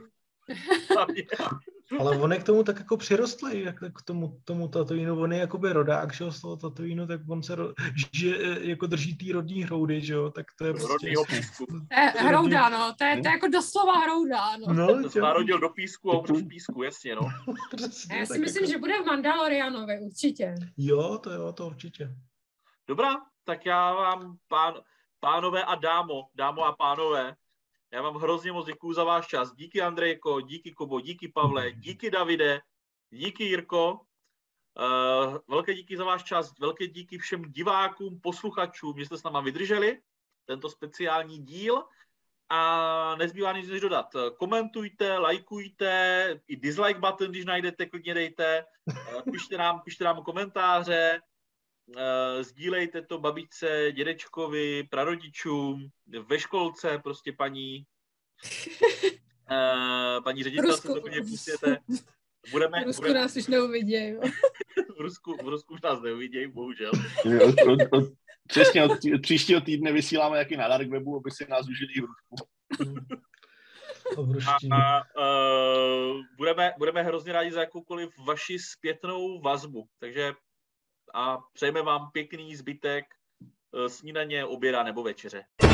Ale on je k tomu tak jako přirostlý, k tomu Tatooinu, on je jakoby rodák, že jo, z toho Tatooinu, tak on se jako drží tý rodní hroudy, že jo, tak to je prostě... Hrouda, no, to je jako doslova hrouda, no. To se narodil do písku a umřel v písku, jasně, no. Já si myslím, že bude v Mandalorianovi, určitě. Jo, to určitě. Dobrá, tak já vám, pánové a dámo a pánové, já vám hrozně moc děkuju za váš čas. Díky Andrejko, díky Kubo, díky Pavle, díky Davide, díky Jirko. Velké díky za váš čas, velké díky všem divákům, posluchačům, že jste s náma vydrželi tento speciální díl. A nezbývá nic než dodat. Komentujte, lajkujte, i dislike button, když najdete, klidně dejte. Pište nám komentáře. Sdílejte to babičce, dědečkovi, prarodičům, ve školce, prostě paní ředitelce, to mě pustěte. V Rusku nás už neuvidějí. V Rusku už nás neuvidějí, bohužel. Přesně, od příštího týdne vysíláme jaký na Dark Webu, aby si nás užili v Rusku. Budeme hrozně rádi za jakoukoliv vaši zpětnou vazbu, takže a přejeme vám pěkný zbytek snídaně, oběda nebo večeře.